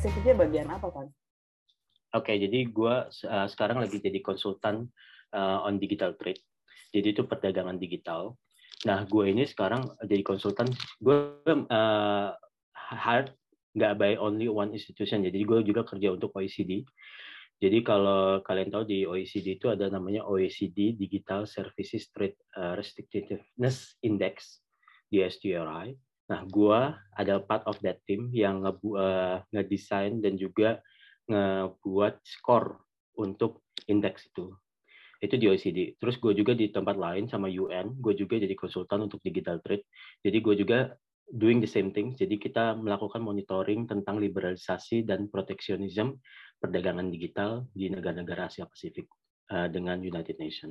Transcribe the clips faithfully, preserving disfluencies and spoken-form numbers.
spesifiknya bagian apa, Pan? Oke, okay, jadi gue uh, sekarang lagi jadi konsultan uh, on digital trade. Jadi itu perdagangan digital. Nah, gue ini sekarang jadi konsultan. Gue uh, hard nggak by only one institution. Jadi gue juga kerja untuk O E C D. Jadi kalau kalian tahu di O E C D itu ada namanya O E C D Digital Services Trade Restrictiveness Index, D S T R I. Nah, gue ada part of that team yang ngebu uh, ngedesain dan juga ngebuat skor untuk indeks itu. Itu di O E C D. Terus gue juga di tempat lain sama U N, gue juga jadi konsultan untuk digital trade. Jadi gue juga doing the same thing. Jadi kita melakukan monitoring tentang liberalisasi dan proteksionisme perdagangan digital di negara-negara Asia Pasifik uh, dengan United Nations.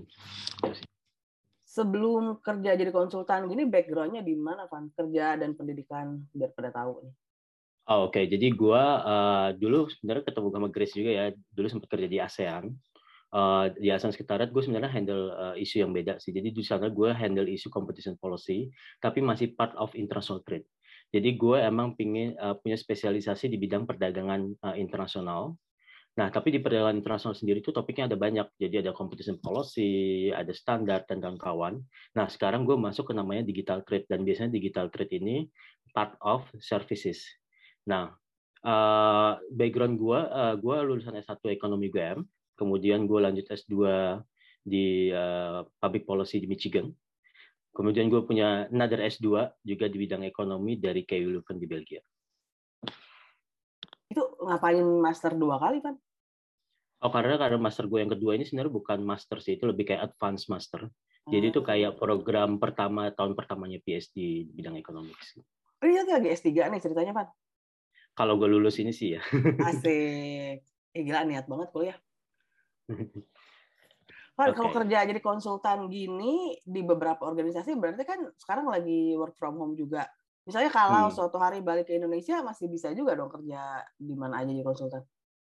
Sebelum kerja jadi konsultan gini, background-nya di mana, Van? Kerja dan pendidikan, biar pada tahu nih. Oh, Oke, okay. Jadi gue uh, dulu sebenarnya ketemu sama Grace juga ya. Dulu sempat kerja di ASEAN. Uh, di ASEAN Sekretariat gue sebenarnya handle uh, isu yang beda sih. Jadi di sana gue handle isu competition policy, tapi masih part of international trade. Jadi gue emang pingin uh, punya spesialisasi di bidang perdagangan uh, internasional. Nah, tapi di perdagangan internasional sendiri itu topiknya ada banyak. Jadi ada competition policy, ada standar, dan kawan-kawan. Nah, sekarang gue masuk ke namanya digital trade. Dan biasanya digital trade ini part of services. Nah, uh, background gue, uh, gue lulusan S satu Ekonomi U G M. Kemudian gue lanjut S dua di uh, Public Policy di Michigan. Kemudian gue punya another S dua juga di bidang ekonomi dari K U Leuven di Belgia. Itu ngapain master dua kali, Pan? Oh, karena karena master gue yang kedua ini sebenarnya bukan master sih, itu lebih kayak advanced master. Jadi itu kayak program pertama, tahun pertamanya P H D di bidang ekonomi. Oh iya, lagi S tiga nih ceritanya, Pan? Kalau gue lulus ini sih ya. Asik. Eh, gila, niat banget kuliah. Pan, okay. Kalau kerja jadi konsultan gini di beberapa organisasi, berarti kan sekarang lagi work from home juga. Misalnya kalau hmm. suatu hari balik ke Indonesia, masih bisa juga dong kerja di mana aja jadi konsultan?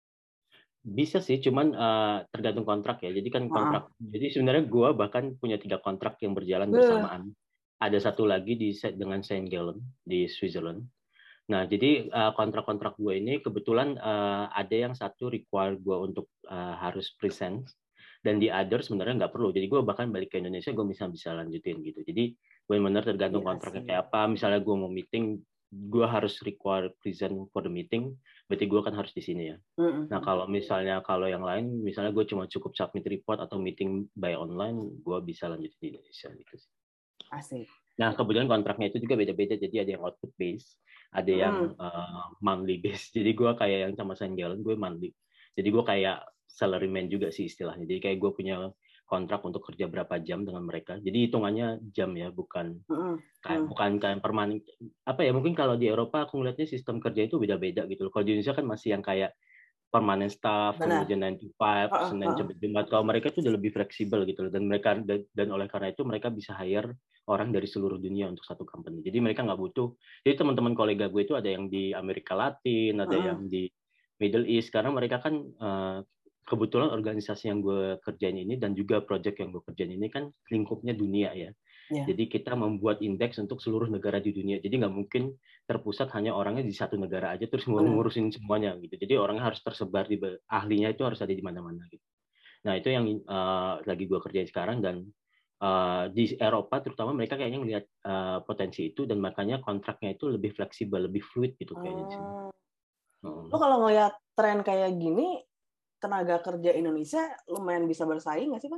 Bisa sih, cuman uh, tergantung kontrak ya. Jadi kan kontrak. Uh-huh. Jadi sebenarnya gue bahkan punya tiga kontrak yang berjalan bersamaan. Uh. Ada satu lagi di dengan Saint Gallen di Switzerland. Nah, jadi uh, kontrak-kontrak gue ini kebetulan uh, ada yang satu require gue untuk uh, harus present, dan di other sebenarnya nggak perlu. Jadi gue bahkan balik ke Indonesia gue bisa bisa lanjutin gitu. Jadi benar-benar tergantung ya, kontraknya kayak apa. Misalnya gue mau meeting, gue harus require present for the meeting, berarti gue kan harus di sini ya. Mm-hmm. Nah kalau misalnya kalau yang lain, misalnya gue cuma cukup submit report atau meeting by online, gue bisa lanjut di Indonesia gitu sih. Asik. Nah kemudian kontraknya itu juga beda-beda, jadi ada yang output base, ada yang mm. uh, monthly base. Jadi gue kayak yang sama Saint Gallen, gue monthly. Jadi gue kayak salaryman juga sih istilahnya. Jadi kayak gue punya kontrak untuk kerja berapa jam dengan mereka. Jadi hitungannya jam ya, bukan mm. kayak mm. bukan kayak permanen. Apa ya, mungkin kalau di Eropa aku ngeliatnya sistem kerja itu beda-beda gitu. Kalau di Indonesia kan masih yang kayak permanent staff, benar. Kemudian nine to five, uh, uh, Senin sampai Jumat. Kalau mereka itu udah lebih fleksibel gitu, dan mereka dan, dan oleh karena itu mereka bisa hire orang dari seluruh dunia untuk satu company. Jadi mereka nggak butuh. Jadi teman-teman kolega gue itu ada yang di Amerika Latin, ada uh. yang di Middle East. Karena mereka kan uh, kebetulan organisasi yang gue kerjain ini dan juga project yang gue kerjain ini kan lingkupnya dunia ya. Yeah. Jadi kita membuat indeks untuk seluruh negara di dunia. Jadi nggak mungkin terpusat hanya orangnya di satu negara aja terus ngurusin semuanya gitu. Jadi orangnya harus tersebar di ahlinya itu harus ada di mana-mana gitu. Nah itu yang uh, lagi gue kerjain sekarang, dan uh, di Eropa terutama mereka kayaknya melihat uh, potensi itu, dan makanya kontraknya itu lebih fleksibel, lebih fluid gitu kayaknya. Uh, hmm. Lo kalau ngeliat tren kayak gini, tenaga kerja Indonesia lumayan bisa bersaing nggak sih, Pak?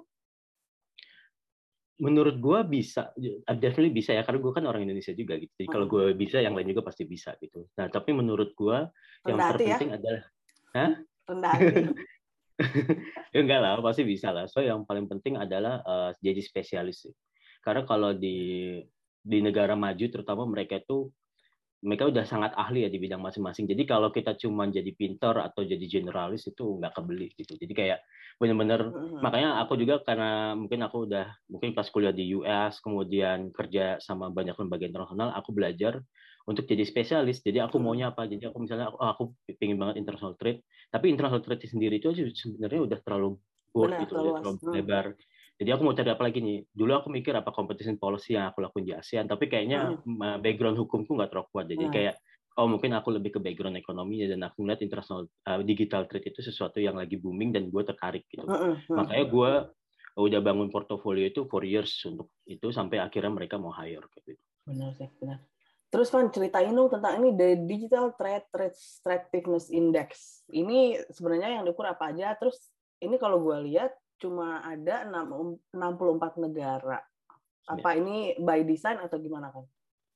Menurut gue bisa, definitely bisa ya, karena gue kan orang Indonesia juga gitu. Jadi hmm. kalau gue bisa, yang lain juga pasti bisa gitu. Nah, tapi menurut gue yang terpenting ya? adalah, hah? Rendah hati. Ya, enggak lah, pasti bisa lah. So yang paling penting adalah uh, jadi spesialis. Karena kalau di di negara maju, terutama mereka itu mereka udah sangat ahli ya di bidang masing-masing. Jadi kalau kita cuma jadi pinter atau jadi generalis itu nggak kebeli gitu. Jadi kayak benar-benar uh-huh. makanya aku juga karena mungkin aku udah mungkin pas kuliah di U S kemudian kerja sama banyak lembaga internasional, aku belajar untuk jadi spesialis. Jadi aku uh-huh. maunya apa? Jadi aku misalnya oh, aku pingin banget international trade, tapi international trade sendiri itu sebenarnya udah terlalu broad gitu, udah terlalu hmm. lebar. Jadi aku mau cari apa lagi nih? Dulu aku mikir apa competition policy yang aku lakuin di ASEAN, tapi kayaknya hmm. background hukumku nggak terlalu kuat. Jadi hmm. kayak oh mungkin aku lebih ke background ekonomi dan aku melihat international uh, digital trade itu sesuatu yang lagi booming dan gue tertarik gitu. Uh, uh, uh. Makanya gue udah bangun portofolio itu four years untuk itu sampai akhirnya mereka mau hire gitu. Benar sih, benar. Terus Van, ceritain dong tentang ini the Digital Trade Trade Attractiveness Index. Ini sebenarnya yang diukur apa aja? Terus ini kalau gue lihat cuma ada enam puluh empat negara. Apa ini by design atau gimana kan?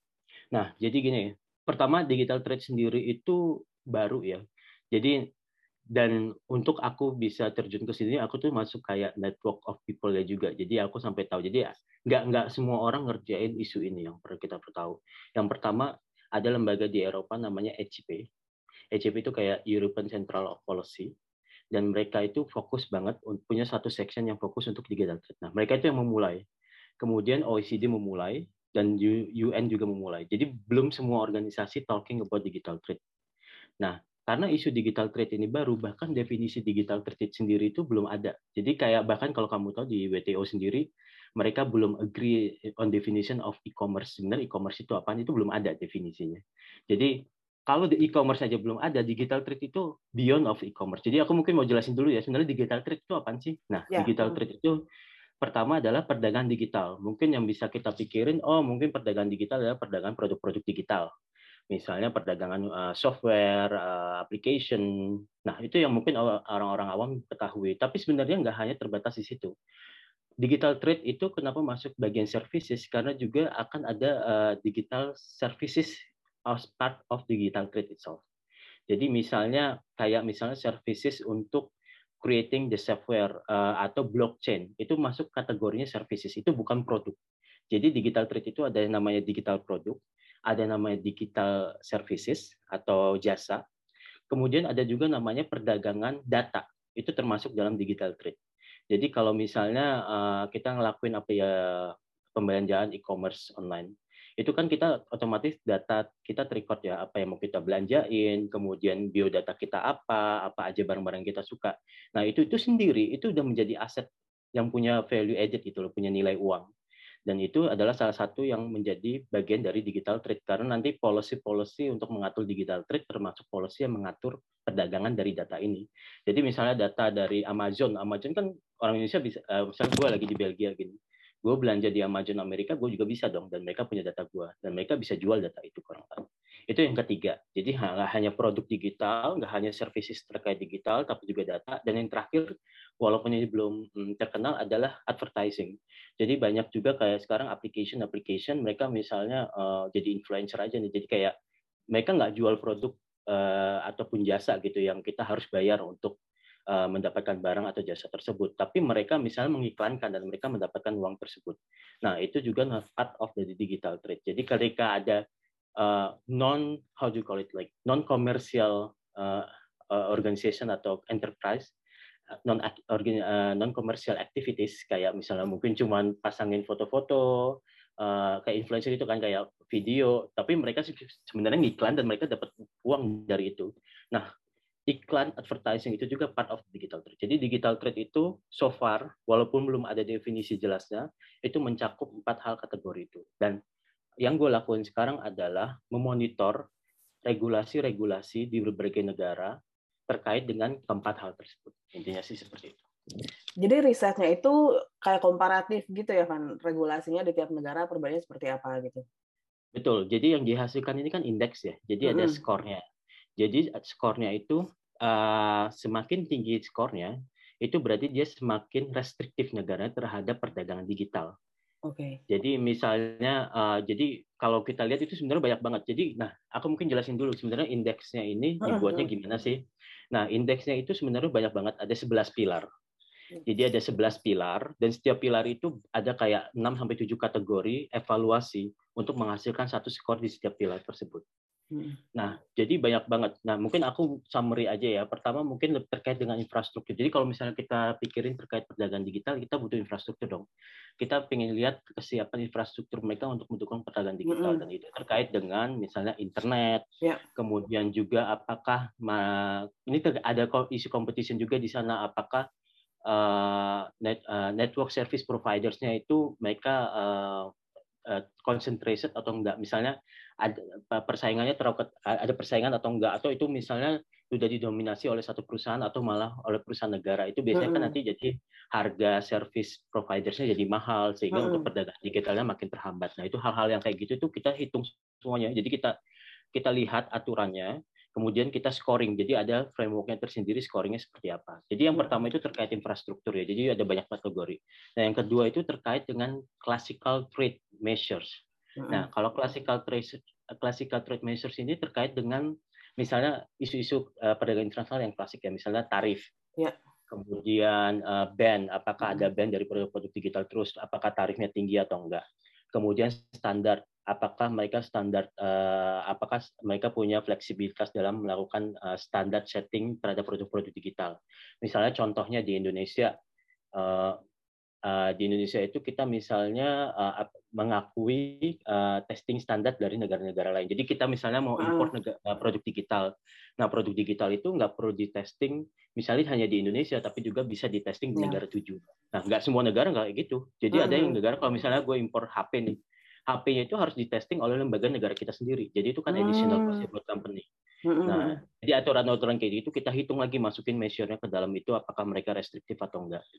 Nah, jadi gini, pertama digital trade sendiri itu baru ya. Jadi dan untuk aku bisa terjun ke sini, aku tuh masuk kayak network of people ya juga. Jadi aku sampai tahu. Jadi ya, nggak nggak semua orang ngerjain isu ini yang perlu kita tahu. Yang pertama ada lembaga di Eropa namanya E C P. E C P itu kayak European Central Policy. Dan mereka itu fokus banget, punya satu section yang fokus untuk digital trade. Nah, mereka itu yang memulai. Kemudian O E C D memulai, dan U N juga memulai. Jadi belum semua organisasi talking about digital trade. Nah, karena isu digital trade ini baru, bahkan definisi digital trade sendiri itu belum ada. Jadi kayak bahkan kalau kamu tahu di W T O sendiri, mereka belum agree on definition of e-commerce. Sebenarnya e-commerce itu apaan, itu belum ada definisinya. Jadi kalau di e-commerce aja belum ada, digital trade itu beyond of e-commerce. Jadi aku mungkin mau jelasin dulu ya, sebenarnya digital trade itu apaan sih? Nah, Ya. digital trade itu pertama adalah perdagangan digital. Mungkin yang bisa kita pikirin, oh mungkin perdagangan digital adalah perdagangan produk-produk digital. Misalnya perdagangan uh, software, uh, application. Nah, itu yang mungkin orang-orang awam ketahui. Tapi sebenarnya nggak hanya terbatas di situ. Digital trade itu kenapa masuk bagian services? Karena juga akan ada uh, digital services as part of digital trade itself. Jadi misalnya kayak misalnya services untuk creating the software uh, atau blockchain, itu masuk kategorinya services, itu bukan produk. Jadi digital trade itu ada yang namanya digital produk, ada yang namanya digital services atau jasa. Kemudian ada juga namanya perdagangan data, itu termasuk dalam digital trade. Jadi kalau misalnya uh, kita ngelakuin apa ya pembelanjaan e-commerce online, itu kan kita otomatis data kita terrecord ya, apa yang mau kita belanjain, kemudian biodata kita apa, apa aja barang-barang kita suka. Nah itu itu sendiri itu udah menjadi aset yang punya value added itu loh, punya nilai uang. Dan itu adalah salah satu yang menjadi bagian dari digital trade karena nanti policy-policy untuk mengatur digital trade termasuk policy yang mengatur perdagangan dari data ini. Jadi misalnya data dari Amazon, Amazon kan orang Indonesia bisa, uh, misalnya gue lagi di Belgia gini, gue belanja di Amazon Amerika, gue juga bisa dong, dan mereka punya data gue, dan mereka bisa jual data itu ke orang lain. Itu yang ketiga. Jadi nggak hanya produk digital, nggak hanya services terkait digital, tapi juga data. Dan yang terakhir, walaupun ini belum terkenal, adalah advertising. Jadi banyak juga kayak sekarang application-application, mereka misalnya uh, jadi influencer aja nih. Jadi kayak mereka nggak jual produk uh, ataupun jasa gitu yang kita harus bayar untuk uh, mendapatkan barang atau jasa tersebut. Tapi mereka misalnya mengiklankan dan mereka mendapatkan uang tersebut. Nah, itu juga part of the digital trade. Jadi ketika ada uh, non, how do you call it, like non-commercial uh, uh, organization atau enterprise, non uh, non commercial activities kayak misalnya mungkin cuman pasangin foto-foto uh, kayak influencer itu kan kayak video, tapi mereka sebenarnya ngiklan dan mereka dapat uang dari itu. Nah, iklan advertising itu juga part of digital trade. Jadi digital trade itu so far walaupun belum ada definisi jelasnya, itu mencakup empat hal kategori itu. Dan yang gue lakuin sekarang adalah memonitor regulasi-regulasi di berbagai negara terkait dengan keempat hal tersebut. Intinya sih seperti itu. Jadi risetnya itu kayak komparatif gitu ya, Van? Regulasinya di tiap negara perbandingannya seperti apa gitu? Betul. Jadi yang dihasilkan ini kan indeks ya. Jadi mm-hmm. ada skornya. Jadi skornya itu uh, semakin tinggi skornya, itu berarti dia semakin restriktif negara terhadap perdagangan digital. Oke. Okay. Jadi misalnya, uh, jadi kalau kita lihat itu sebenarnya banyak banget. Jadi, nah, aku mungkin jelasin dulu sebenarnya indeksnya ini dibuatnya gimana sih? Nah, indeksnya itu sebenarnya banyak banget. Ada sebelas pilar. Jadi ada sebelas pilar dan setiap pilar itu ada kayak enam sampai tujuh kategori evaluasi untuk menghasilkan satu skor di setiap pilar tersebut. Nah, jadi banyak banget. Nah, mungkin aku summary aja ya. Pertama mungkin terkait dengan infrastruktur. Jadi kalau misalnya kita pikirin terkait perdagangan digital, kita butuh infrastruktur dong. Kita pengen lihat kesiapan infrastruktur mereka untuk mendukung perdagangan digital. Mm-hmm. Dan itu terkait dengan misalnya internet. Yeah. Kemudian juga apakah ini ada isu competition juga di sana. Apakah uh, net, uh, network service providers-nya itu mereka uh, uh, concentrated atau enggak. Misalnya ada persaingannya terlalu ada persaingan atau enggak, atau itu misalnya sudah didominasi oleh satu perusahaan atau malah oleh perusahaan negara, itu biasanya kan nanti jadi harga service providersnya jadi mahal sehingga untuk perdagangan digitalnya makin terhambat. Nah itu hal-hal yang kayak gitu itu kita hitung semuanya. Jadi kita kita lihat aturannya, kemudian kita scoring. Jadi ada frameworknya tersendiri, scoringnya seperti apa. Jadi yang pertama itu terkait infrastruktur ya. Jadi ada banyak kategori. Nah yang kedua itu terkait dengan classical trade measures. Nah kalau classical trade classical trade measures ini terkait dengan misalnya isu-isu uh, perdagangan internasional yang klasik ya, misalnya tarif. Ya. Kemudian uh, ban, apakah ada ban dari produk-produk digital terus, apakah tarifnya tinggi atau enggak. Kemudian standar, apakah mereka standar, uh, apakah mereka punya fleksibilitas dalam melakukan uh, standar setting terhadap produk-produk digital. Misalnya contohnya di Indonesia, uh, uh, di Indonesia itu kita misalnya uh, mengakui uh, testing standar dari negara-negara lain. Jadi kita misalnya mau import negara, uh, produk digital. Nah produk digital itu nggak perlu di testing misalnya hanya di Indonesia, tapi juga bisa di testing di negara tujuh. Nah nggak semua negara nggak kayak gitu. Jadi ada yang negara kalau misalnya gue impor H P nih, H P-nya itu harus di testing oleh lembaga negara kita sendiri. Jadi itu kan additional cost buat company. Nah, jadi aturan-aturan kayak gitu kita hitung lagi, masukin measure-nya ke dalam itu, apakah mereka restriktif atau enggak.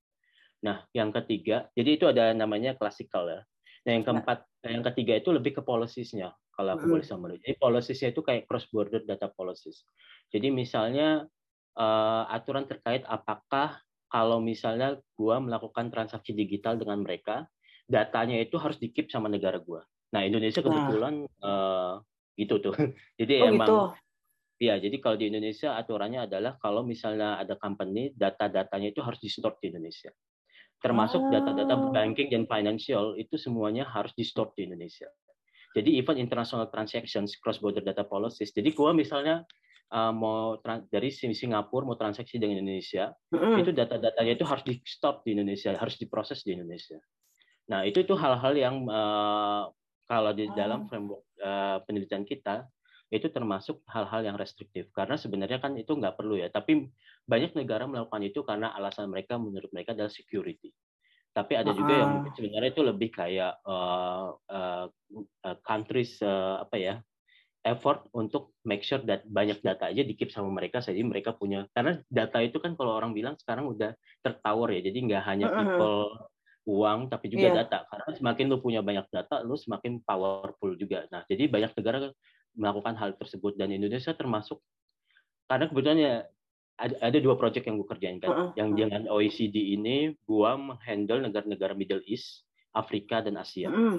Nah, yang ketiga, jadi itu ada namanya klasikal ya. Nah, yang keempat, nah. yang ketiga itu lebih ke policies-nya, kalau aku mm-hmm. boleh summary. Jadi policies-nya itu kayak cross-border data policies. Jadi misalnya uh, aturan terkait apakah kalau misalnya gua melakukan transaksi digital dengan mereka, datanya itu harus di-keep sama negara gua. Nah, Indonesia kebetulan nah. uh, gitu tuh. Jadi oh, emang gitu. Ya, jadi kalau di Indonesia aturannya adalah kalau misalnya ada company, data-datanya itu harus di-store di Indonesia. Termasuk data-data banking dan financial itu semuanya harus di-store di Indonesia. Jadi even international transactions, cross-border data policies. Jadi gua misalnya uh, mau dari Singapura mau transaksi dengan Indonesia, mm. itu data-datanya itu harus di-store di Indonesia, harus diproses di Indonesia. Nah itu itu hal-hal yang uh, kalau di dalam framework uh, penelitian kita itu termasuk hal-hal yang restriktif karena sebenarnya kan itu nggak perlu ya, tapi banyak negara melakukan itu karena alasan mereka menurut mereka adalah security. Tapi ada juga uh-uh. yang mungkin sebenarnya itu lebih kayak uh, uh, countries uh, apa ya effort untuk make sure that banyak data aja di-keep sama mereka, jadi mereka punya, karena data itu kan kalau orang bilang sekarang udah tertower ya, jadi nggak hanya people uh-uh. uang tapi juga yeah. data, karena semakin lu punya banyak data lu semakin powerful juga. Nah jadi banyak negara melakukan hal tersebut dan Indonesia termasuk, karena kebetulan ya ada, ada dua proyek yang gue kerjain kan, uh-uh. yang dengan O E C D ini gue menghandle negara-negara Middle East, Afrika dan Asia. Uh-uh.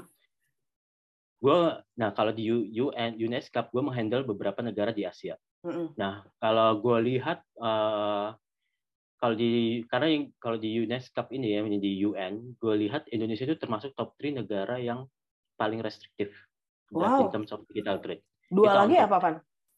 Gue, nah kalau di U N UNESCO gue menghandle beberapa negara di Asia. Uh-uh. Nah kalau gue lihat uh, kalau di karena yang kalau di UNESCO ini ya di U N, gue lihat Indonesia itu termasuk top tiga negara yang paling restriktif wow. in terms of digital trade. Dua itu lagi apa, Pan?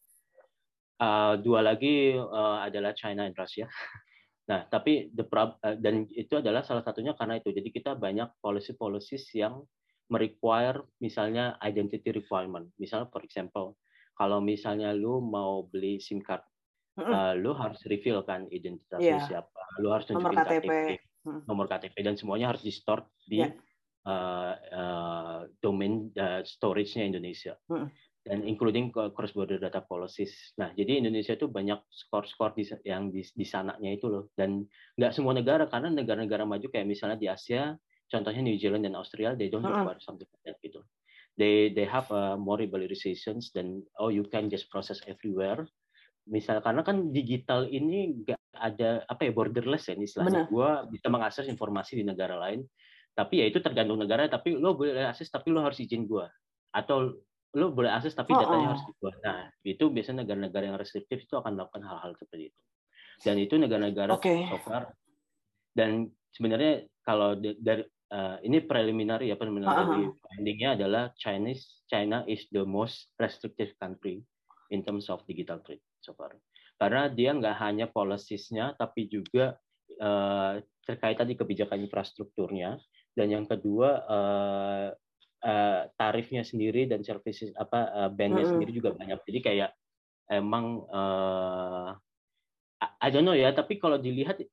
Uh, dua lagi uh, adalah China dan Rusia. Nah, tapi the prob- uh, dan itu adalah salah satunya karena itu. Jadi kita banyak policy-policies yang merequire misalnya identity requirement. Misalnya, for example, kalau misalnya lu mau beli SIM card, mm-hmm. uh, lu harus reveal kan identitas yeah. lu siapa. Lu harus tunjukin nomor K T P, K T P mm-hmm. nomor K T P dan semuanya harus di-store di yeah. uh, uh, domain uh, storage-nya Indonesia. Mm-hmm. Dan including cross-border data policies. Nah, jadi Indonesia itu banyak skor-skor di, yang di, di sananya itu loh. Dan nggak semua negara, karena negara-negara maju kayak misalnya di Asia, contohnya New Zealand dan Australia, they don't require uh-huh. something like that gitu. They they have uh, more regularizations dan oh you can just process everywhere. Misal karena kan digital ini nggak ada apa ya borderless ya istilahnya. Gua bisa mengakses informasi di negara lain, tapi ya itu tergantung negara. Tapi lo boleh akses, tapi lo harus izin gua. Atau lo boleh akses tapi datanya oh, oh. harus dibuat. Nah, itu biasanya negara-negara yang restriktif itu akan melakukan hal-hal seperti itu. Dan itu negara-negara okay. so far. Dan sebenarnya kalau dari uh, ini preliminary ya, preliminary uh-huh. findingnya adalah Chinese China is the most restrictive country in terms of digital trade so far. Karena dia nggak hanya policies-nya tapi juga uh, terkait tadi kebijakan infrastrukturnya. Dan yang kedua uh, Uh, tarifnya sendiri dan services apa uh, bandnya mm-hmm. sendiri juga banyak. Jadi kayak emang uh, I don't know ya. Tapi kalau dilihat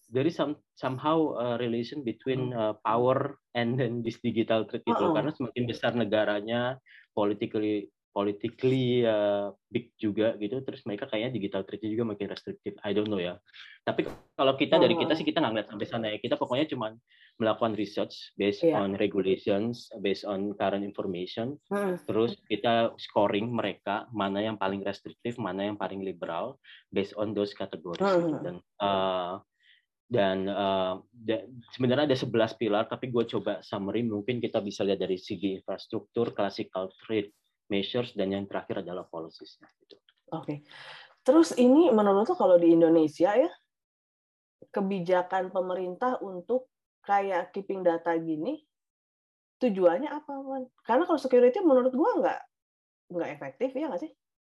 there is some somehow a relation between uh, power and then this digital threat itu. Uh-uh. Karena semakin besar negaranya, politically politically uh, big juga gitu, terus mereka kayaknya digital threat juga makin restriktif. I don't know ya. Tapi kalau kita dari kita sih kita nggak ngeliat sampai sana ya. Kita pokoknya cuma melakukan research based yeah. on regulations, based on current information. Hmm. Terus kita scoring mereka mana yang paling restriktif, mana yang paling liberal, based on those categories. Hmm. Gitu. Dan uh, dan uh, da- sebenarnya ada sebelas pilar, tapi gue coba summary. Mungkin kita bisa lihat dari segi infrastruktur, classical threat measures, dan yang terakhir adalah policies. Gitu. Oke. Okay. Terus ini menurut lo kalau di Indonesia ya, kebijakan pemerintah untuk kayak keeping data gini, tujuannya apa, Man? Karena kalau security menurut gua nggak nggak efektif, ya nggak sih?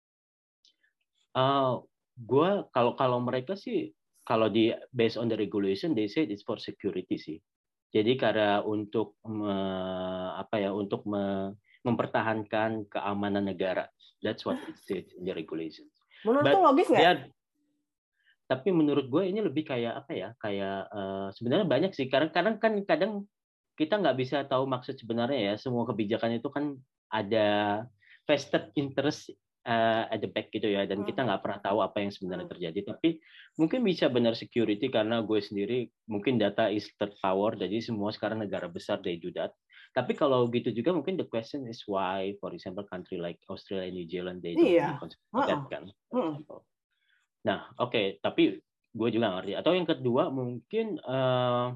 Uh, gua kalau kalau mereka sih kalau di based on the regulation, they say it's for security sih. Jadi karena untuk me, apa ya untuk me, mempertahankan keamanan negara, that's what it says in the regulations. Menurut lo logis nggak? Tapi menurut gue ini lebih kayak apa ya? Kayak uh, sebenarnya banyak sih. Karena kadang kan kadang kita nggak bisa tahu maksud sebenarnya ya. Semua kebijakan itu kan ada vested interest uh, at the back gitu ya. Dan kita nggak pernah tahu apa yang sebenarnya terjadi. Tapi mungkin bisa benar security karena gue sendiri mungkin data is third power. Jadi semua sekarang negara besar they do that. Tapi kalau gitu juga mungkin the question is why, for example, country like Australia, New Zealand, they don't iya. really consider that kan. Uh-uh. Nah, oke, okay. Tapi gue juga ngerti. Atau yang kedua mungkin uh,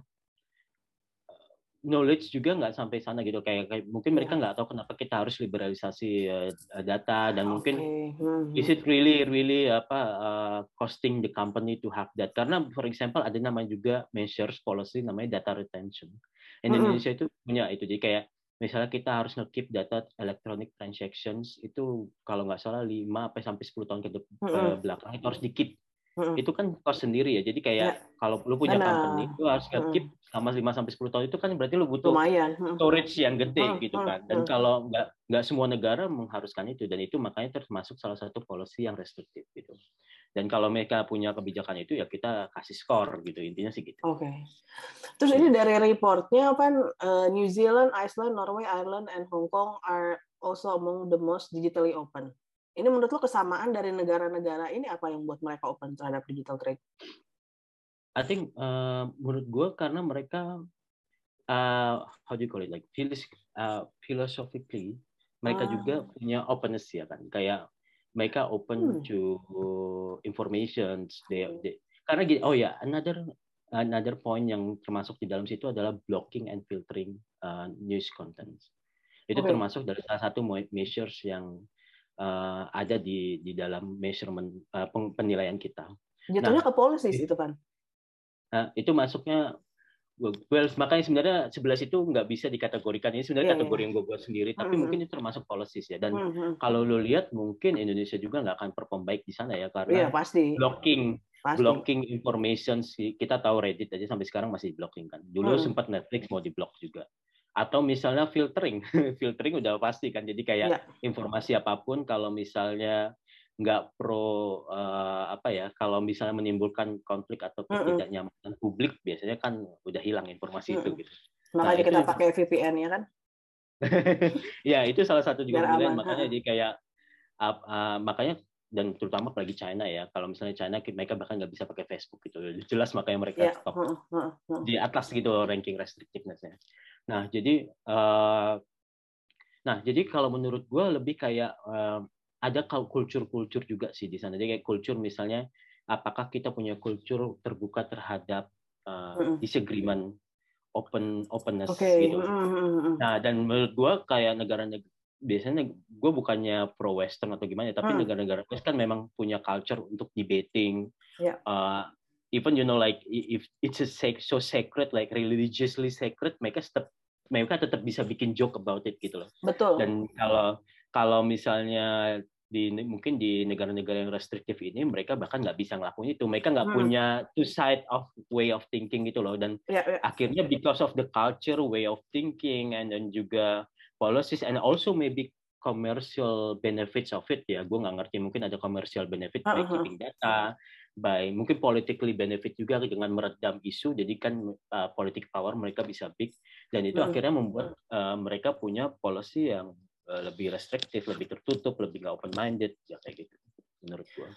knowledge juga nggak sampai sana gitu. Kayak, kayak mungkin mereka nggak tahu kenapa kita harus liberalisasi uh, data dan mungkin okay. Is it really really apa uh, costing the company to have that? Karena for example ada namanya juga measures policy namanya data retention. Indonesia mm-hmm. itu punya itu. Jadi kayak misalnya kita harus nge-keep data electronic transactions itu kalau nggak salah lima sampai sepuluh tahun ke depan mm-hmm. belakang itu harus di-keep. Mm-hmm. Itu kan cost sendiri ya. Jadi kayak yeah. kalau lu punya Benar. company itu harus nge-keep mm-hmm. selama lima sampai sepuluh tahun itu kan berarti lu butuh lumayan storage yang gede mm-hmm. gitu kan. Dan mm-hmm. kalau nggak nggak semua negara mengharuskan itu dan itu makanya termasuk salah satu policy yang restriktif gitu. Dan kalau mereka punya kebijakan itu ya kita kasih skor gitu intinya sih gitu. Oke. Okay. Terus ini dari reportnya kan uh, New Zealand, Iceland, Norway, Ireland, and Hong Kong are also among the most digitally open. Ini menurut lo kesamaan dari negara-negara ini apa yang buat mereka open terhadap digital trade? I think uh, menurut gue karena mereka uh, how do you call it like uh, philosophically mereka ah. juga punya openness ya kan kayak mereka open hmm. to informations. They, they, karena gini, oh ya, yeah, another another point yang termasuk di dalam situ adalah blocking and filtering uh, news contents. Itu okay. termasuk dari salah satu measures yang uh, ada di di dalam measurement uh, penilaian kita. Jatuhnya nah, ke policies itu kan? Nah, itu masuknya. Well, makanya sebenarnya sebelas itu nggak bisa dikategorikan. Ini sebenarnya yeah, kategori yeah. yang gue buat sendiri, tapi mm-hmm. mungkin itu termasuk policies ya. Dan mm-hmm. kalau lo lihat mungkin Indonesia juga nggak akan perform baik di sana ya, karena yeah, pasti. blocking, pasti. blocking information sih. Kita tahu Reddit aja sampai sekarang masih blocking kan. Dulu mm-hmm. sempat Netflix mau diblok juga. Atau misalnya filtering, filtering udah pasti kan. Jadi kayak yeah. informasi apapun kalau misalnya nggak pro uh, apa ya kalau misalnya menimbulkan konflik atau ketidaknyamanan mm-hmm. publik biasanya kan udah hilang informasi mm-hmm. itu gitu. Makanya nah, kita itu, pakai V P N ya kan? Ya itu salah satu juga pilihan makanya jadi kayak uh, uh, makanya dan terutama apalagi China ya kalau misalnya China mereka bahkan nggak bisa pakai Facebook gitu jelas makanya mereka yeah. top mm-hmm. di atas gitu ranking restrictiveness-nya. Nah jadi uh, nah jadi kalau menurut gue lebih kayak uh, ada kultur-kultur juga sih di sana. Jadi kayak kultur misalnya, apakah kita punya kultur terbuka terhadap uh, mm-hmm. disagreement, open openness okay. gitu. Mm-hmm. Nah dan menurut gue kayak negara-negara biasanya gue bukannya pro Western atau gimana, tapi mm. negara-negara West kan memang punya culture untuk debating. Yeah. Uh, even you know like if it's a so sacred like religiously sacred, mereka tetap mereka tetap bisa bikin joke about it gitu loh. Betul. Dan kalau kalau misalnya di mungkin di negara-negara yang restriktif ini mereka bahkan nggak bisa ngelakuin itu, mereka nggak hmm. punya two side of way of thinking gitu loh, dan yeah, yeah. akhirnya because of the culture, way of thinking, and dan juga policies and also maybe commercial benefits of it ya, gue nggak ngerti mungkin ada commercial benefit uh-huh. by keeping data by mungkin politically benefit juga dengan meredam isu, jadi kan uh, politik power mereka bisa big, dan itu hmm. akhirnya membuat uh, mereka punya policy yang uh, lebih restriktif, lebih tertutup, lebih nggak open minded, ya kayak gitu menurut gua.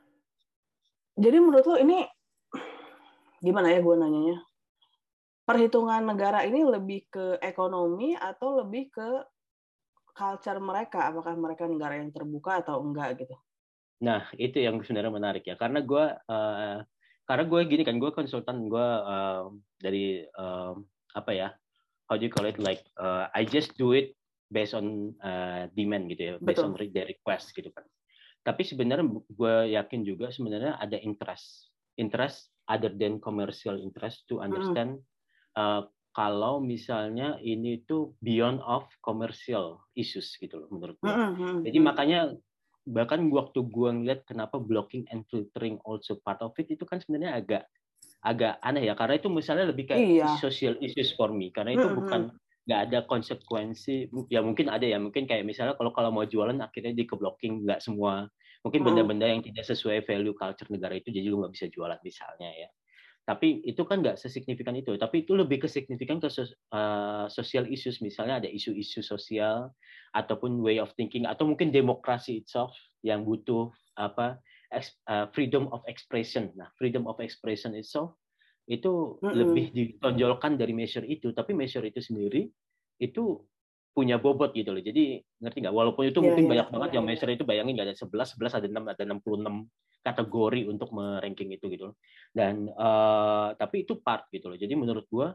Jadi menurut lo ini gimana ya gue nanyanya? Perhitungan negara ini lebih ke ekonomi atau lebih ke culture mereka? Apakah mereka negara yang terbuka atau enggak gitu? Nah, itu yang sebenarnya menarik ya, karena gue uh, karena gue gini kan, gue konsultan, gue uh, dari uh, apa ya, how do you call it, like uh, I just do it based on uh, demand gitu ya, based Betul. on the request gitu kan. Tapi sebenarnya gue yakin juga sebenarnya ada interest, interest other than commercial interest to understand mm. uh, kalau misalnya ini tuh beyond of commercial issues gitu loh menurut gue. Mm-hmm. Jadi makanya bahkan waktu gue ngeliat kenapa blocking and filtering also part of it, itu kan sebenarnya agak agak aneh ya, karena itu misalnya lebih kayak iya. social issues for me, karena itu mm-hmm. bukan nggak ada konsekuensi, ya mungkin ada ya, mungkin kayak misalnya kalau kalau mau jualan akhirnya di ke blocking, nggak semua, mungkin benda-benda yang tidak sesuai value culture negara itu jadi lu nggak bisa jualan misalnya ya. Tapi itu kan nggak sesignifikan itu, tapi itu lebih kesignifikan ke uh, social issues, misalnya ada isu-isu sosial ataupun way of thinking, atau mungkin demokrasi itself yang butuh apa uh, freedom of expression. Nah, freedom of expression itself itu mm-hmm. lebih ditonjolkan dari measure itu, tapi measure itu sendiri itu punya bobot gitu loh. Jadi ngerti nggak? Walaupun itu yeah, mungkin yeah, banyak yeah, banget yeah. yang measure itu, bayangin nggak ada sebelas, sebelas ada enam, ada enam puluh enam kategori untuk meranking itu gitu loh. Dan uh, tapi itu part gitu loh. Jadi menurut gua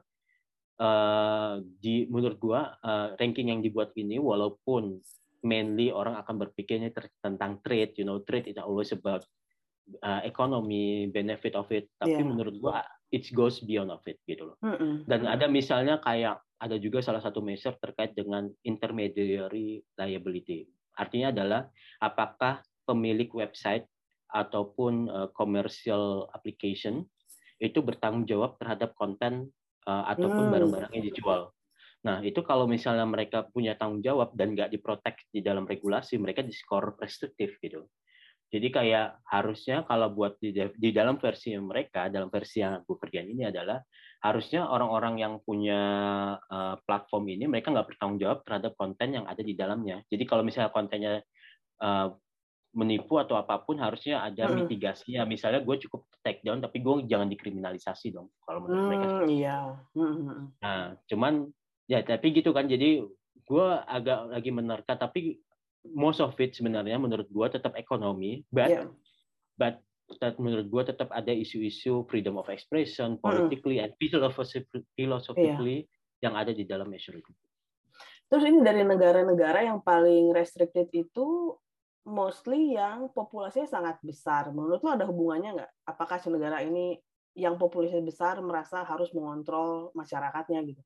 uh, di menurut gua uh, ranking yang dibuat ini, walaupun mainly orang akan berpikirnya tentang trade, you know, trade is always about uh, economy, benefit of it. Tapi yeah. menurut gua it goes beyond of it gitu loh. Mm-mm. Dan ada misalnya kayak ada juga salah satu measure terkait dengan intermediary liability. Artinya adalah apakah pemilik website ataupun uh, commercial application itu bertanggung jawab terhadap konten uh, ataupun hmm. barang-barang yang dijual. Nah, itu kalau misalnya mereka punya tanggung jawab dan nggak diprotek di dalam regulasi, mereka di-score restriktif gitu. Jadi kayak harusnya kalau buat di, di dalam versi mereka, dalam versi yang aku kerjain ini adalah harusnya orang-orang yang punya uh, platform ini, mereka nggak bertanggung jawab terhadap konten yang ada di dalamnya. Jadi kalau misalnya kontennya uh, menipu atau apapun, harusnya ada hmm. mitigasinya. Misalnya gue cukup take down, tapi gue jangan dikriminalisasi dong kalau menurut hmm, mereka. Iya. Hmm. Nah, cuman ya tapi gitu kan. Jadi gue agak lagi menerka, tapi most of it sebenarnya menurut gue tetap ekonomi, but yeah. but menurut gue tetap ada isu-isu freedom of expression, politically hmm. and philosophically yeah. yang ada di dalam measure itu. Terus ini dari negara-negara yang paling restricted itu mostly yang populasinya sangat besar. Menurut lo ada hubungannya nggak? Apakah si negara ini yang populasinya besar merasa harus mengontrol masyarakatnya gitu?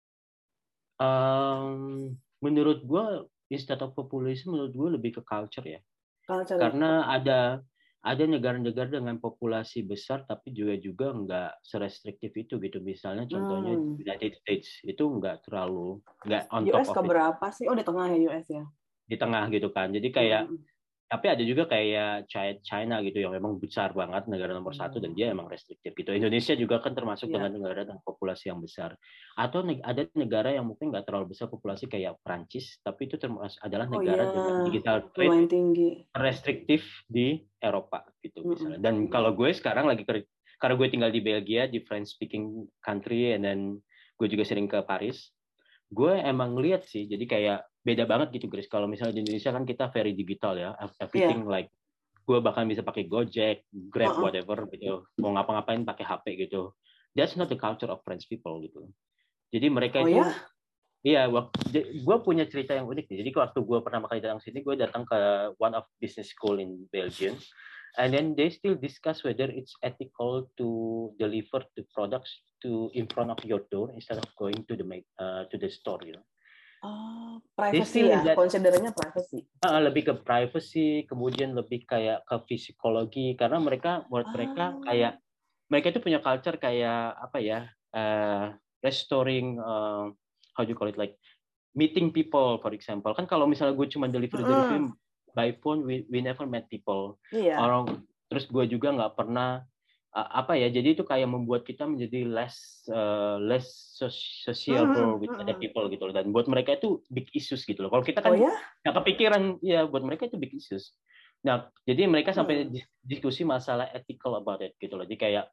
Um, menurut gue, instead of population, menurut gue lebih ke culture ya. Culture. Karena ada ada negara-negara dengan populasi besar tapi juga juga nggak serestriktif itu gitu. Misalnya contohnya hmm. United States itu nggak terlalu nggak on top of it. U S keberapa sih? Oh, di tengah ya U S ya. Di tengah gitu kan. Jadi kayak hmm. tapi ada juga kayak China gitu yang memang besar banget, negara nomor satu, dan dia emang restriktif gitu. Indonesia juga kan termasuk yeah. dengan negara dengan populasi yang besar. Atau ada negara yang mungkin nggak terlalu besar populasi kayak Prancis, tapi itu termasuk adalah negara oh, yeah. dengan digital trade tinggi. restriktif di Eropa gitu mm-hmm. misalnya. Dan kalau gue sekarang lagi karena gue tinggal di Belgia, di French speaking country, and then gue juga sering ke Paris. Gue emang lihat sih, jadi kayak beda banget gitu, Grace. Kalau misalnya di Indonesia kan kita very digital ya, everything yeah. like gue bahkan bisa pakai Gojek, Grab, uh-uh. whatever gitu, mau ngapa-ngapain pakai H P gitu. That's not the culture of French people gitu. Jadi mereka oh, itu, ya? iya, gue punya cerita yang unik nih. Jadi waktu gue pertama kali datang sini, gue datang ke one of business school in Belgium, and then they still discuss whether it's ethical to deliver the products to in front of your door instead of going to the uh, to the store, you know. Oh, privacy ya, that, considernya privacy. Uh, lebih ke privacy, kemudian lebih kayak ke psikologi, karena mereka, menurut oh. mereka kayak mereka itu punya culture kayak apa ya, uh, restoring, uh, how do you call it, like meeting people, for example. Kan kalau misalnya gue cuma deliver delivery mm. by phone, we we never met people. Yeah. Orang Terus gue juga nggak pernah uh, apa ya, jadi itu kayak membuat kita menjadi less uh, less sociable with other people gitu loh. Dan buat mereka itu big issues gitu loh. Kalau kita kan oh, ya? nggak kepikiran, ya buat mereka itu big issues. Nah, jadi mereka sampai Hmm. diskusi masalah ethical about it gitu loh. Jadi kayak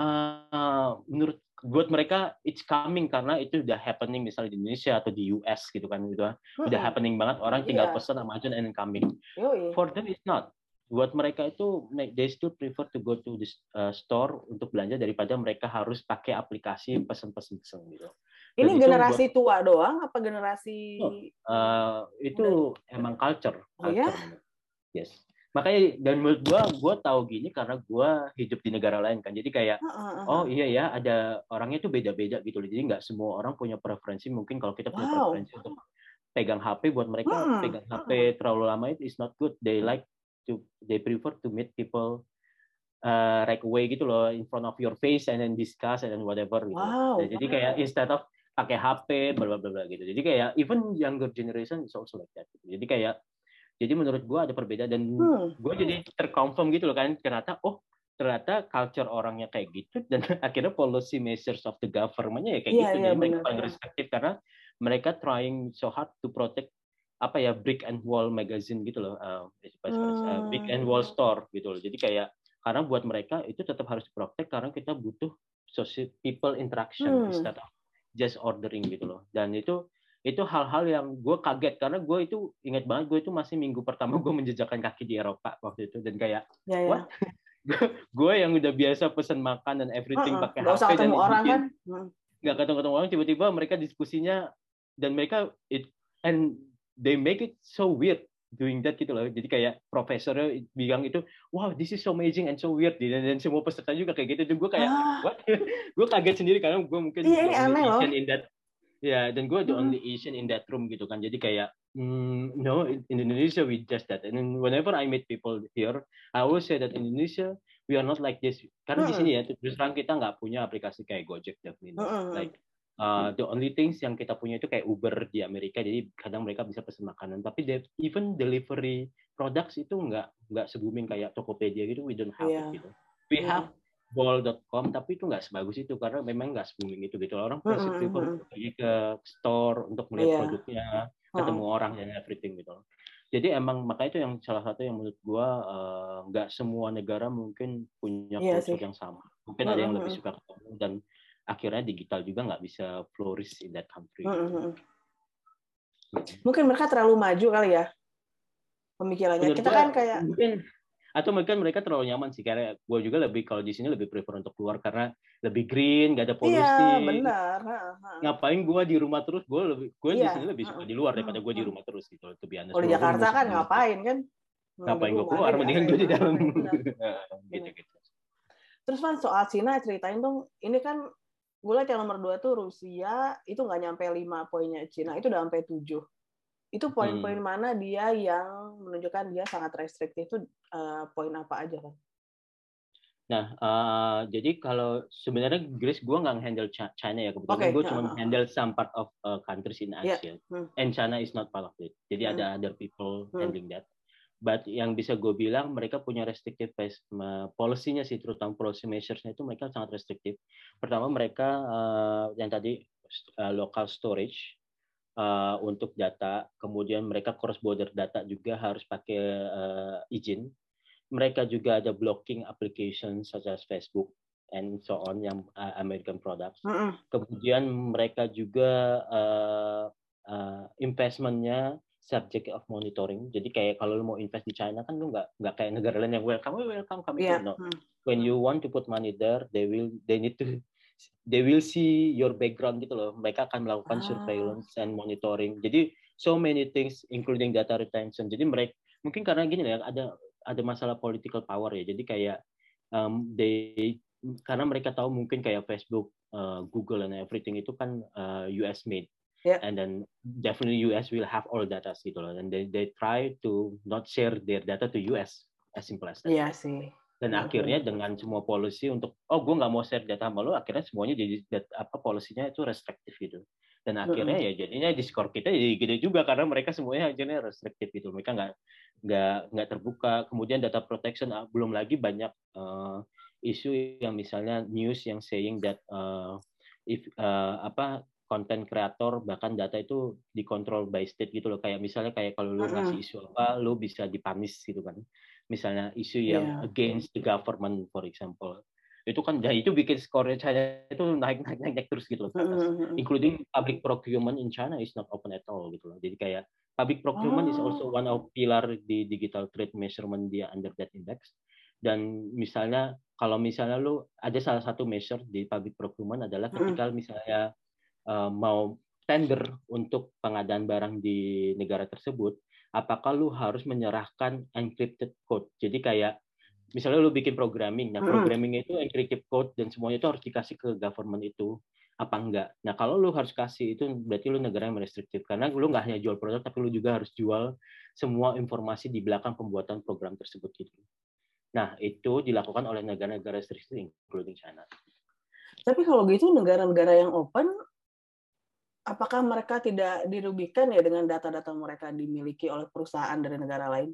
uh, menurut buat mereka it's coming karena itu udah happening misalnya di Indonesia atau di U S gitu kan, gitu. Hmm. Udah happening banget, orang tinggal yeah. pesan Amazon and coming. Yoi. For them it's not. Buat mereka itu they still prefer to go to the uh, store untuk belanja daripada mereka harus pakai aplikasi pesan-pesan gitu. Dan ini generasi buat, tua doang apa generasi oh, uh, itu udah. Emang culture, culture. Oh, ya? Yes. Makanya dan menurut gue, gue tahu gini karena gue hidup di negara lain kan. Jadi kayak, uh-huh. oh iya ya, ada orangnya tuh beda-beda gitu loh. Jadi nggak semua orang punya preferensi. Mungkin kalau kita punya wow. preferensi untuk pegang H P, buat mereka uh-huh. pegang H P uh-huh. terlalu lama itu is not good. They like to, they prefer to meet people uh, right away gitu loh, in front of your face and then discuss and then whatever gitu. Wow. Nah, jadi kayak instead of pakai H P, bla bla bla gitu. Jadi kayak even younger generation is also like that. Gitu. Jadi kayak Jadi menurut gue ada perbedaan dan hmm. gue jadi terconfirm gitu loh kan, ternyata oh ternyata culture orangnya kayak gitu dan akhirnya policy measures of the government-nya ya kayak yeah, gitu. Yeah, jadi mereka paling restriktif karena mereka trying so hard to protect apa ya brick and wall magazine gitu loh, uh, uh, brick and wall store gitu loh. Jadi kayak karena buat mereka itu tetap harus diprotect karena kita butuh social people interaction hmm. instead of just ordering gitu loh. Dan itu itu hal-hal yang gue kaget karena gue itu ingat banget gue itu masih minggu pertama gue menjejakkan kaki di Eropa waktu itu dan kayak ya, ya. what gue yang udah biasa pesen makan dan everything uh-uh. pakai H P dan orang kan nggak ketemu-ketemu orang tiba-tiba mereka diskusinya dan mereka it and they make it so weird doing that gitu loh. Jadi kayak profesornya bilang itu wow this is so amazing and so weird dan, dan semua peserta juga kayak gitu dan gue kayak ah. what gue kaget sendiri karena gue mungkin iya, ini aneh loh. in that ya, yeah, dan gue the only Asian in that room gitu kan. Jadi kayak, mm, no, in Indonesia we just that. And then whenever I meet people here, I always say that in Indonesia we are not like this. Karena uh-uh. di sini ya, terus terang kita nggak punya aplikasi kayak Gojek, definitely. Uh-uh. Like uh, the only things yang kita punya itu kayak Uber di Amerika. Jadi kadang mereka bisa pesan makanan. Tapi they, even delivery products itu nggak nggak se-booming kayak Tokopedia gitu. We don't have yeah. it gitu. We yeah. have bol dot com tapi itu nggak sebagus itu karena memang nggak booming itu gitu orang pasti prefer pergi ke store untuk melihat yeah. produknya ketemu uh-huh. orang dan everything gitu jadi emang makanya itu yang salah satu yang menurut gua nggak uh, semua negara mungkin punya yeah, culture sih. Yang sama mungkin uh-huh. ada yang lebih suka ketemu dan akhirnya digital juga nggak bisa flourish in that country uh-huh. gitu. Mungkin mereka terlalu maju kali ya pemikirannya menurut kita gua, kan kayak mungkin atau mungkin mereka terlalu nyaman sih karena gue juga lebih kalau di sini lebih prefer untuk keluar karena lebih green gak ada polusi iya benar ngapain gue di rumah terus gue lebih gue iya. di sini lebih suka di luar daripada gue di rumah terus gitu tuh biasa kalau di Jakarta kan ngapain kan ngapain gue keluar mendingan gue di dalam gitu gitu terus kan soal Cina ceritain dong ini kan gue lihat yang nomor dua tuh Rusia itu nggak nyampe lima poinnya Cina itu udah sampai tujuh itu poin-poin hmm. mana dia yang menunjukkan dia sangat restriktif itu uh, poin apa aja kan? Nah, uh, jadi kalau sebenarnya Grace gue nggak handle China ya kebetulan okay. gue cuma uh-huh. handle some part of uh, countries in Asia, yeah. hmm. and China is not part of it. Jadi hmm. ada other people hmm. handling that. But yang bisa gue bilang mereka punya restrictive uh, policy-nya sih, terutama policy measures-nya itu mereka sangat restriktif. Pertama mereka uh, yang tadi uh, local storage. Uh, untuk data, kemudian mereka cross border data juga harus pakai uh, izin. Mereka juga ada blocking application such as Facebook and so on yang uh, American products. Mm-hmm. Kemudian mereka juga uh, uh, investmentnya subject of monitoring. Jadi kayak kalau lu mau invest di China kan lu nggak nggak kayak negara lain yang welcome, welcome kami yeah. no. Mm-hmm. When you want to put money there, they will they need to they will see your background gitu loh. Mereka akan melakukan ah. surveillance and monitoring. Jadi so many things including data retention. Jadi mereka mungkin karena gini ya ada ada masalah political power ya. Jadi kayak um, they karena mereka tahu mungkin kayak Facebook, uh, Google and everything itu kan uh, U S made. Yeah. And then definitely U S will have all data gitu loh. And they they try to not share their data to U S as simple as that. Iya sih. Dan mm-hmm. akhirnya dengan semua policy untuk oh gue nggak mau share data sama lo, akhirnya semuanya jadi data, apa polisinya itu restriktif gitu. Dan akhirnya mm-hmm. ya jadinya di skor kita jadi gede juga karena mereka semuanya akhirnya restriktif gitu. Mereka nggak nggak nggak terbuka. Kemudian data protection, belum lagi banyak uh, isu yang misalnya news yang saying that uh, if uh, apa content creator bahkan data itu dikontrol by state gitu loh. Kayak misalnya kayak kalau lu ngasih isu apa, lu bisa dipunish gitu kan. Misalnya isu yang yeah. against the government, for example. Itu kan, ya itu bikin skor China itu naik naik naik, naik terus gitu loh ke atas. Mm-hmm. Including public procurement in China is not open at all gitu loh. Jadi kayak public procurement oh. is also one of pilar di digital trade measurement dia under that index. Dan misalnya kalau misalnya lu ada salah satu measure di public procurement adalah ketika mm-hmm. misalnya uh, mau tender untuk pengadaan barang di negara tersebut, apakah lu harus menyerahkan encrypted code. Jadi kayak misalnya lu bikin programming, nah programming itu encrypted code dan semuanya itu harus dikasih ke government itu apa enggak. Nah kalau lu harus kasih itu berarti lu negara yang restriktif karena lu nggak hanya jual produk tapi lu juga harus jual semua informasi di belakang pembuatan program tersebut gitu. Nah itu dilakukan oleh negara-negara restriktif including China. Tapi kalau gitu negara-negara yang open, apakah mereka tidak dirugikan ya dengan data-data mereka dimiliki oleh perusahaan dari negara lain?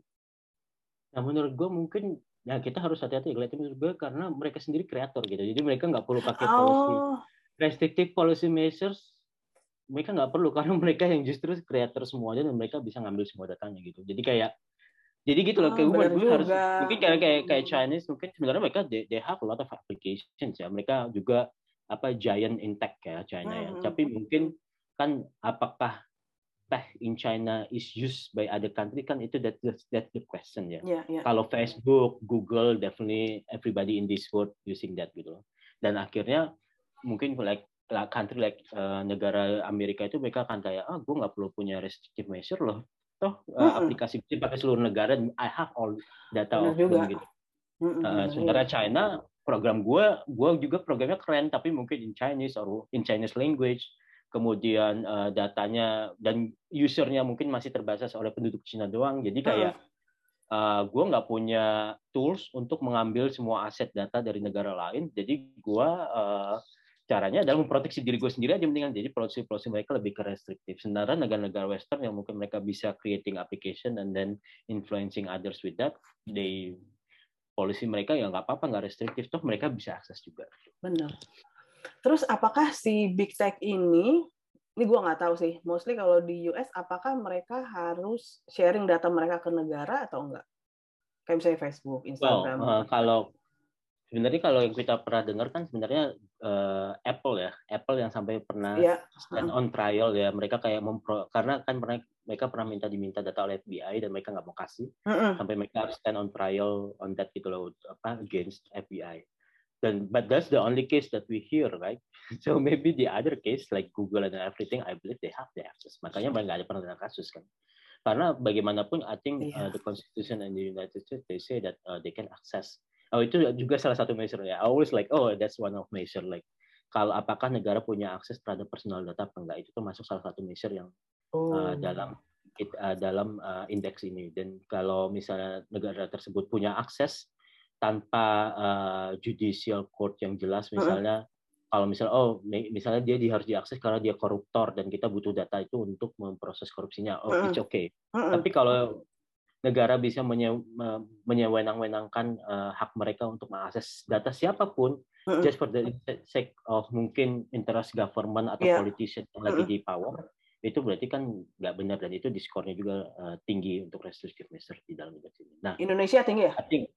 Nah menurut gue mungkin ya kita harus hati-hati ngeliatin menurut gue karena mereka sendiri kreator gitu. Jadi mereka nggak perlu pakai policy oh. restrictive policy measures. Mereka nggak perlu karena mereka yang justru kreator semuanya dan mereka bisa ngambil semua datanya gitu. Jadi kayak jadi gitu loh. Oh, kayak gue, gue harus mungkin kayak kayak kayak Chinese mungkin sebenarnya mereka they, they have a lot of applications ya. Mereka juga apa giant in tech ya China ya. Mm-hmm. Tapi mungkin kan apakah tech in China is used by other country kan itu that that's, that's the question ya. Yeah, yeah. Kalau Facebook, Google, definitely everybody in this world using that gitu. Dan akhirnya mungkin like country like uh, negara Amerika itu mereka akan kayak ah gue nggak perlu punya restrictive measure loh. Toh uh, mm-hmm. aplikasi itu pakai seluruh negara dan I have all data Benar of juga. them gitu. Mm-hmm. Uh, sementara China program gue gue juga programnya keren tapi mungkin in Chinese or in Chinese language. Kemudian uh, datanya dan usernya mungkin masih terbatas oleh penduduk Cina doang. Jadi kayak uh, gue nggak punya tools untuk mengambil semua aset data dari negara lain. Jadi gue uh, caranya adalah memproteksi diri gue sendiri aja mendingan. Jadi policy-policy mereka lebih ke restriktif. Sementara negara-negara Western yang mungkin mereka bisa creating application and then influencing others with that, they policy mereka ya nggak apa-apa nggak restriktif. Toh mereka bisa akses juga. Benar. Terus apakah si big tech ini, ini gue nggak tahu sih, mostly kalau di U S, apakah mereka harus sharing data mereka ke negara atau enggak? Kayak misalnya Facebook, Instagram. Well, uh, kalau sebenarnya kalau yang kita pernah dengar kan sebenarnya uh, Apple ya, Apple yang sampai pernah yeah. stand on trial ya, mereka kayak mempro, karena kan pernah mereka pernah minta diminta data oleh F B I dan mereka nggak mau kasih, mm-hmm. sampai mereka harus stand on trial on that gitu loh, apa against F B I. Dan, but that's the only case that we hear, right? So maybe the other case like Google and everything, I believe they have the access. Makanya mereka nggak ada pernah ada kasus kan. Karena bagaimanapun, I think yeah. uh, the Constitution in the United States they say that uh, they can access. Oh itu juga salah satu measure ya. I always like, oh that's one of measure like kalau apakah negara punya akses terhadap personal data apa enggak itu termasuk salah satu measure yang oh. uh, dalam it, uh, dalam uh, indeks ini. Dan kalau misalnya negara tersebut punya akses tanpa uh, judicial court yang jelas, misalnya uh-huh. kalau misalnya oh misalnya dia di, harus diakses karena dia koruptor dan kita butuh data itu untuk memproses korupsinya, oh uh-huh. it's okay. Uh-huh. Tapi kalau negara bisa menye, menyewenang-wenangkan uh, hak mereka untuk mengakses data siapapun uh-huh. just for the sake of mungkin interest government atau yeah. politician yang lagi uh-huh. di power, itu berarti kan nggak benar dan itu diskornya juga uh, tinggi untuk restrictive measure di dalam indeks ini. Nah Indonesia tinggi ya? I think,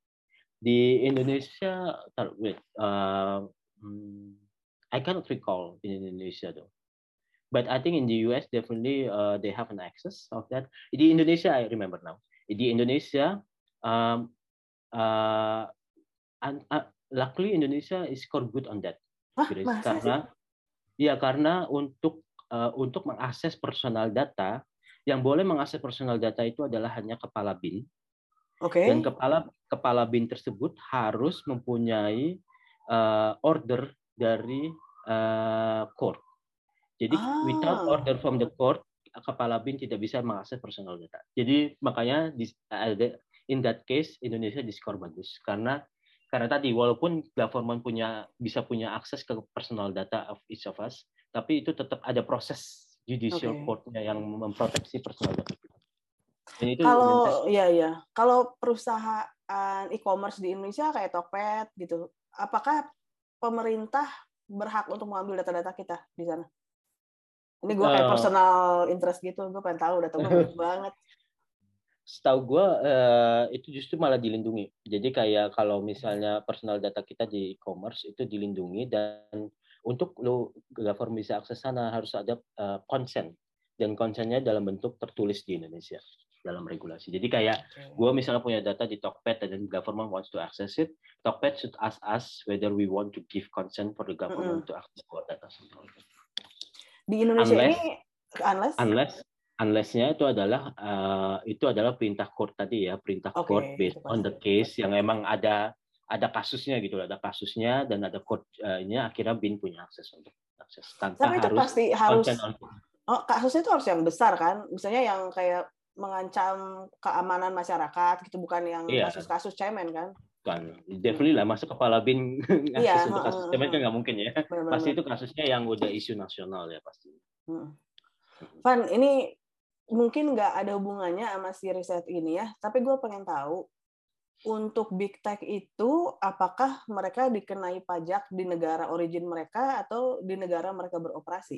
di Indonesia, wait, uh, I cannot recall in Indonesia though. But I think in the U S definitely uh, they have an access of that. Di Indonesia I remember now. Di Indonesia, um, uh, and, uh, luckily Indonesia is score good on that. Hah, karena, ya karena untuk uh, untuk mengakses personal data, yang boleh mengakses personal data itu adalah hanya kepala bin. Okay. Dan kepala kepala bin tersebut harus mempunyai uh, order dari uh, court. Jadi ah. without order from the court, kepala bin tidak bisa mengakses personal data. Jadi makanya di, uh, in that case Indonesia diskor bagus karena karena tadi walaupun government punya bisa punya akses ke personal data of each of us, tapi itu tetap ada proses judicial okay. court-nya yang memproteksi personal data kita. Dan itu Kalau ya ya, kalau perusahaan e-commerce di Indonesia kayak Tokped gitu, apakah pemerintah berhak untuk mengambil data-data kita di sana? Ini gue kayak uh, personal interest gitu, gue pengen tahu data gue banyak banget. Setahu gue uh, itu justru malah dilindungi. Jadi kayak kalau misalnya personal data kita di e-commerce itu dilindungi, dan untuk lo government bisa akses sana harus ada uh, consent, dan consentnya dalam bentuk tertulis di Indonesia dalam regulasi. Jadi kayak okay. gue misalnya punya data di Tokped dan government wants to access it, Tokped should ask us whether we want to give consent for the government mm-hmm. to access our data. Di Indonesia unless, ini unless unless unless-nya itu adalah uh, itu adalah perintah court tadi ya, perintah okay, court based on the case yang emang ada ada kasusnya gitu, ada kasusnya dan ada court-nya, uh, akhirnya B I N punya akses untuk akses tanpa tapi itu harus pasti harus oh, kasusnya itu harus yang besar kan, misalnya yang kayak mengancam keamanan masyarakat gitu, bukan yang iya. kasus-kasus cemen kan? Kan, definitely lah, masuk kepala B I N akses iya, untuk kasus cemen kan nggak mungkin ya. Bener-bener. Pasti itu kasusnya yang udah isu nasional ya pasti. Hmm. Van, ini mungkin nggak ada hubungannya sama si riset ini ya, tapi gue pengen tahu, untuk Big Tech itu apakah mereka dikenai pajak di negara origin mereka atau di negara mereka beroperasi?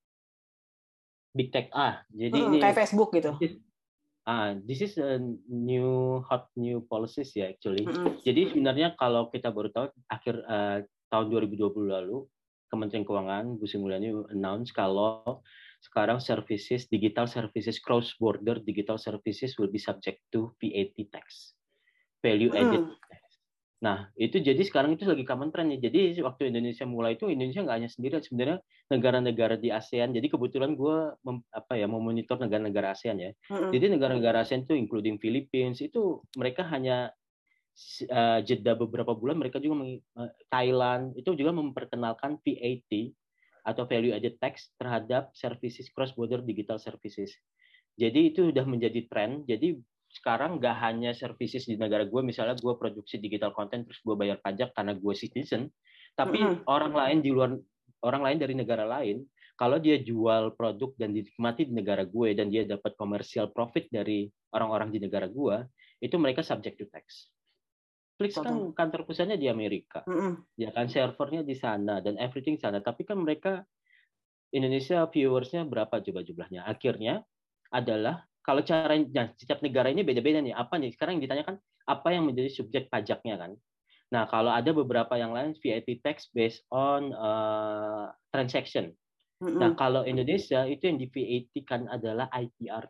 Big Tech, ah, jadi hmm, ini kayak Facebook gitu. This is, ah, this is a new hot new policies ya actually. Mm-hmm. Jadi sebenarnya kalau kita baru tahu akhir uh, tahun dua ribu dua puluh lalu, Kementerian Keuangan Bu Sri Mulyani announce kalau sekarang services, digital services, cross-border digital services will be subject to V A T tax, value added mm. tax. Nah, itu jadi sekarang itu lagi common trend nih. Jadi waktu Indonesia mulai itu, Indonesia nggak hanya sendiri, sebenarnya negara-negara di ASEAN. Jadi kebetulan gue mem, apa ya memonitor negara-negara ASEAN ya. Mm. Jadi negara-negara ASEAN itu including Philippines, itu mereka hanya uh, jeda beberapa bulan, mereka juga uh, Thailand, itu juga memperkenalkan V A T atau value added tax terhadap services cross-border digital services. Jadi itu sudah menjadi tren. Jadi sekarang nggak hanya services di negara gue, misalnya gue produksi digital content terus gue bayar pajak karena gue citizen, tapi mm-hmm. orang lain di luar, orang lain dari negara lain, kalau dia jual produk dan dinikmati di negara gue dan dia dapat commercial profit dari orang-orang di negara gue, itu mereka subject to tax. Flix kan kantor pusatnya di Amerika, mm-hmm. ya kan servernya di sana dan everything sana, tapi kan mereka Indonesia viewersnya berapa coba jumlahnya? Akhirnya adalah kalau caranya setiap negara ini beda-beda nih. Apa nih? Sekarang yang ditanyakan apa yang menjadi subjek pajaknya kan? Nah, kalau ada beberapa yang lain V A T tax based on uh, transaction. Mm-hmm. Nah, kalau Indonesia itu yang di V A T kan adalah I P R.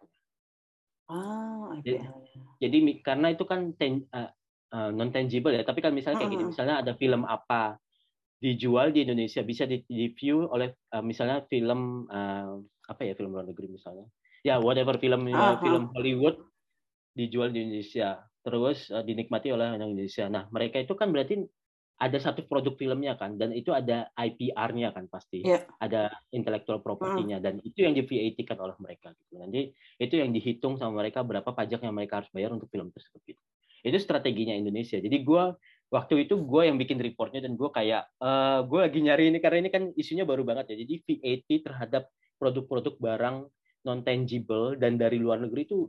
Ah, I P R. Jadi, jadi karena itu kan ten, uh, uh, non tangible ya. Tapi kan misalnya kayak mm-hmm. gini, misalnya ada film apa dijual di Indonesia, bisa di, di view oleh uh, misalnya film uh, apa ya, film luar negeri misalnya, ya whatever film uh, film Hollywood dijual di Indonesia, terus uh, dinikmati oleh orang Indonesia. Nah, mereka itu kan berarti ada satu produk filmnya kan, dan itu ada I P R-nya kan pasti, yeah. ada intellectual property-nya, mm. dan itu yang di V A T kan oleh mereka. Gitu. Nanti itu yang dihitung sama mereka berapa pajak yang mereka harus bayar untuk film tersebut. Gitu. Itu strateginya Indonesia. Jadi gue waktu itu gue yang bikin reportnya dan gue kayak uh, gue lagi nyari ini karena ini kan isunya baru banget ya. Jadi V A T terhadap produk-produk barang non tangible dan dari luar negeri itu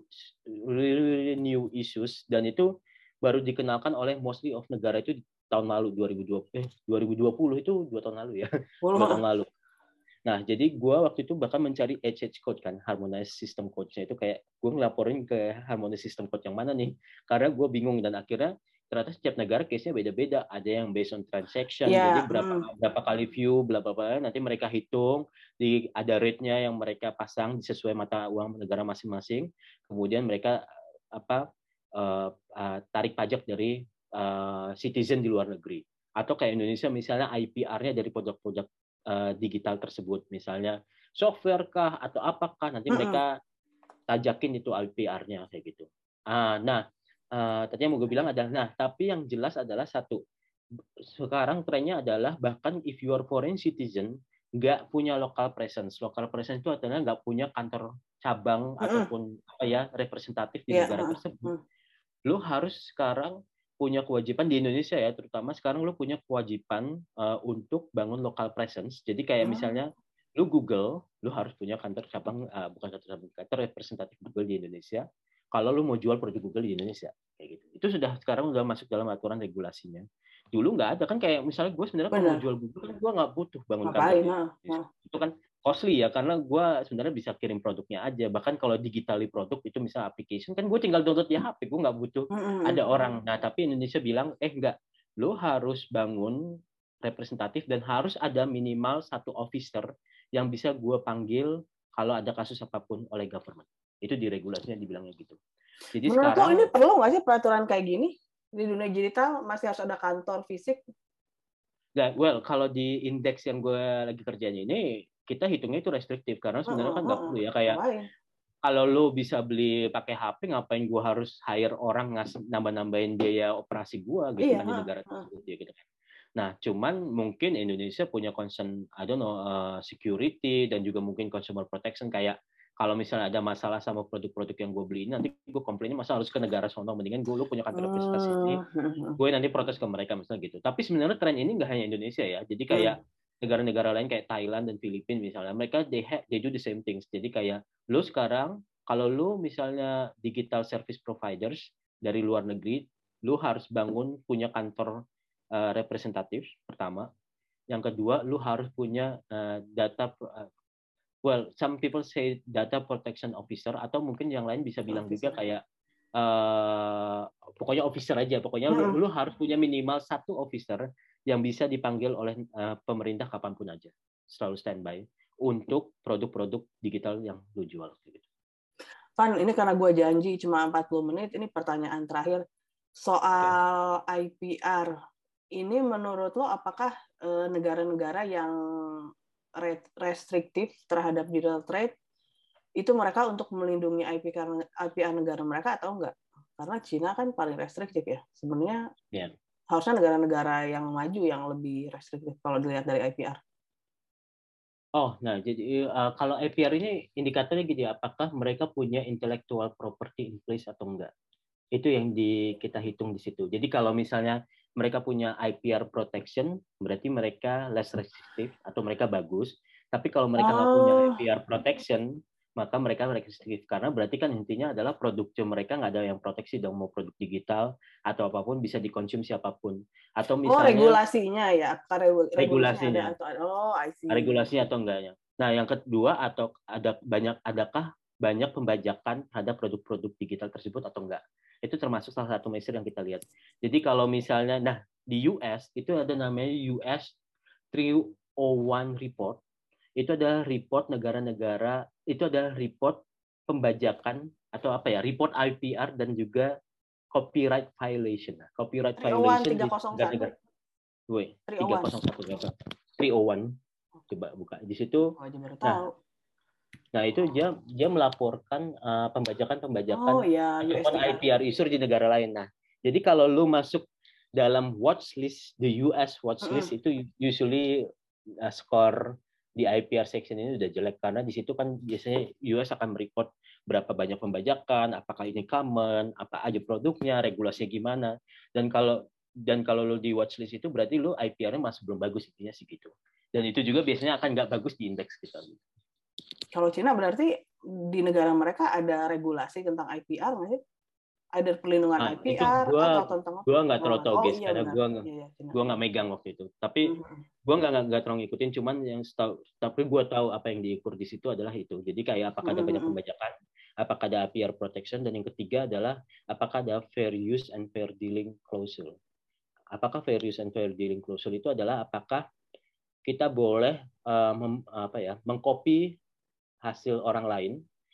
really new issues, dan itu baru dikenalkan oleh mostly of negara itu di tahun lalu dua ribu dua puluh eh dua ribu dua puluh itu dua tahun lalu ya. dua tahun lalu. Nah, jadi gue waktu itu bahkan mencari H H code kan, harmonized system code-nya itu kayak gue ngelaporin ke harmonized system code yang mana nih, karena gue bingung, dan akhirnya ternyata setiap negara case-nya beda-beda. Ada yang based on transaction, yeah. jadi berapa hmm. berapa kali view, bla bla bla. Nanti mereka hitung, di ada rate-nya yang mereka pasang sesuai mata uang negara masing-masing. Kemudian mereka apa uh, uh, tarik pajak dari uh, citizen di luar negeri. Atau kayak Indonesia misalnya I P R-nya dari produk-produk uh, digital tersebut, misalnya software kah atau apakah, nanti hmm. mereka tajakin itu I P R-nya kayak gitu. Ah, nah. Uh, tadi yang mau gue bilang adalah, nah tapi yang jelas adalah satu, sekarang trennya adalah bahkan if you are foreign citizen nggak punya local presence, local presence itu adalah nggak punya kantor cabang mm-hmm. ataupun apa ya representatif di yeah. negara tersebut, mm-hmm. lo harus sekarang punya kewajiban di Indonesia ya, terutama sekarang lo punya kewajiban uh, untuk bangun local presence. Jadi kayak mm-hmm. misalnya lo Google, lo harus punya kantor cabang, uh, bukan kantor cabang, kantor representatif Google di Indonesia. kalau lu mau jual produk Google di Indonesia kayak gitu. Itu sudah sekarang udah masuk dalam aturan regulasinya. Dulu nggak ada kan, kayak misalnya gue sebenarnya kalau mau jual Google kan gue nggak butuh bangun kantor di Indonesia. Itu kan costly ya, karena gue sebenarnya bisa kirim produknya aja. Bahkan kalau digitali produk itu misalnya application kan gue tinggal download di H P, gue nggak butuh mm-hmm. ada orang. Nah tapi Indonesia bilang eh nggak, lo harus bangun representatif dan harus ada minimal satu officer yang bisa gue panggil kalau ada kasus apapun oleh government. Itu di regulasinya dibilangnya gitu. Jadi menurut sekarang lo ini perlu nggak sih peraturan kayak gini? Di dunia digital masih harus ada kantor fisik? Nah, well, kalau di indeks yang gue lagi kerjanya ini, kita hitungnya itu restriktif. Karena sebenarnya uh, kan nggak uh, perlu ya. Kayak ngapain? Kalau lo bisa beli pakai H P, ngapain gue harus hire orang ngasih nambah-nambahin biaya operasi gue gitu iya, kan di negara tersebut uh. ya gitu kan. Nah, cuman mungkin Indonesia punya concern, I don't know, uh, security dan juga mungkin consumer protection. Kayak kalau misalnya ada masalah sama produk-produk yang gue beli ini, nanti gue komplainnya masa harus ke negara sono, mendingan gue lu punya kantor representasi ini, gue nanti protes ke mereka misalnya gitu. Tapi sebenarnya tren ini nggak hanya Indonesia ya, jadi kayak negara-negara lain kayak Thailand dan Filipina misalnya, mereka they, have, they do the same things. Jadi kayak lu sekarang kalau lu misalnya digital service providers dari luar negeri, lu harus bangun punya kantor uh, representatif pertama. Yang kedua, lu harus punya uh, data uh, well, some people say data protection officer, atau mungkin yang lain bisa bilang officer. Juga kayak uh, pokoknya officer aja. Pokoknya hmm. lu, lu harus punya minimal satu officer yang bisa dipanggil oleh uh, pemerintah kapanpun aja, selalu standby untuk produk-produk digital yang lu jual. Van, ini karena gue janji cuma empat puluh menit, ini pertanyaan terakhir soal okay. I P R. Ini menurut lo apakah uh, negara-negara yang restriktif terhadap digital trade itu mereka untuk melindungi I P R negara mereka atau enggak? Karena Cina kan paling restriktif ya. Sebenarnya yeah. harusnya negara-negara yang maju yang lebih restriktif kalau dilihat dari I P R. Oh, nah jadi uh, kalau I P R ini indikatornya gitu ya, apakah mereka punya intellectual property in place atau enggak? Itu yang di, kita hitung di situ. Jadi kalau misalnya mereka punya I P R protection, berarti mereka less restrictive atau mereka bagus. Tapi kalau mereka nggak oh. punya I P R protection, maka mereka restriktif. Karena berarti kan intinya adalah produknya mereka nggak ada yang proteksi dong, mau produk digital atau apapun bisa dikonsumsi siapapun. Atau misalnya oh, regulasinya ya, regulasinya, regulasinya ada atau oh, I see. Regulasinya atau enggaknya. Nah, yang kedua, atau ada banyak adakah banyak pembajakan terhadap produk-produk digital tersebut atau enggak? Itu termasuk salah satu measure yang kita lihat. Jadi kalau misalnya, nah di U S itu ada namanya U S three oh one report. Itu adalah report negara-negara, itu adalah report pembajakan atau apa ya, report I P R dan juga copyright violation. Copyright violation di negara-negara. Woi, tiga nol satu berapa? three oh one. Coba buka di situ. Oh, nah, nah itu dia dia melaporkan uh, pembajakan-pembajakan oh, ya, ataupun I P R issue di negara lain. Nah, jadi kalau lu masuk dalam watch list, the U S watch list uh-uh. itu usually uh, skor di I P R section ini udah jelek karena di situ kan biasanya U S akan mereport berapa banyak pembajakan, apakah ini common, apa aja produknya, regulasinya gimana. Dan kalau dan kalau lu di watch list itu berarti lu I P R-nya masih belum bagus, intinya sih gitu. Dan itu juga biasanya akan nggak bagus di indeks kita. Kalau Cina berarti di negara mereka ada regulasi tentang I P R nggak sih? Ada perlindungan nah, I P R gua, atau tentang gua nggak terlalu tahu oh, guys iya, karena benar. gua iya, iya, gua nggak megang waktu itu. Tapi mm-hmm. gua nggak nggak terlalu ngikutin, cuman yang tahu tapi gua tahu apa yang diukur di situ adalah itu. Jadi kayak apakah ada mm-hmm. banyak pembajakan, apakah ada I P R protection, dan yang ketiga adalah apakah ada fair use and fair dealing clause. Apakah fair use and fair dealing clause itu adalah apakah kita boleh uh, mem, apa ya mengcopy hasil orang lain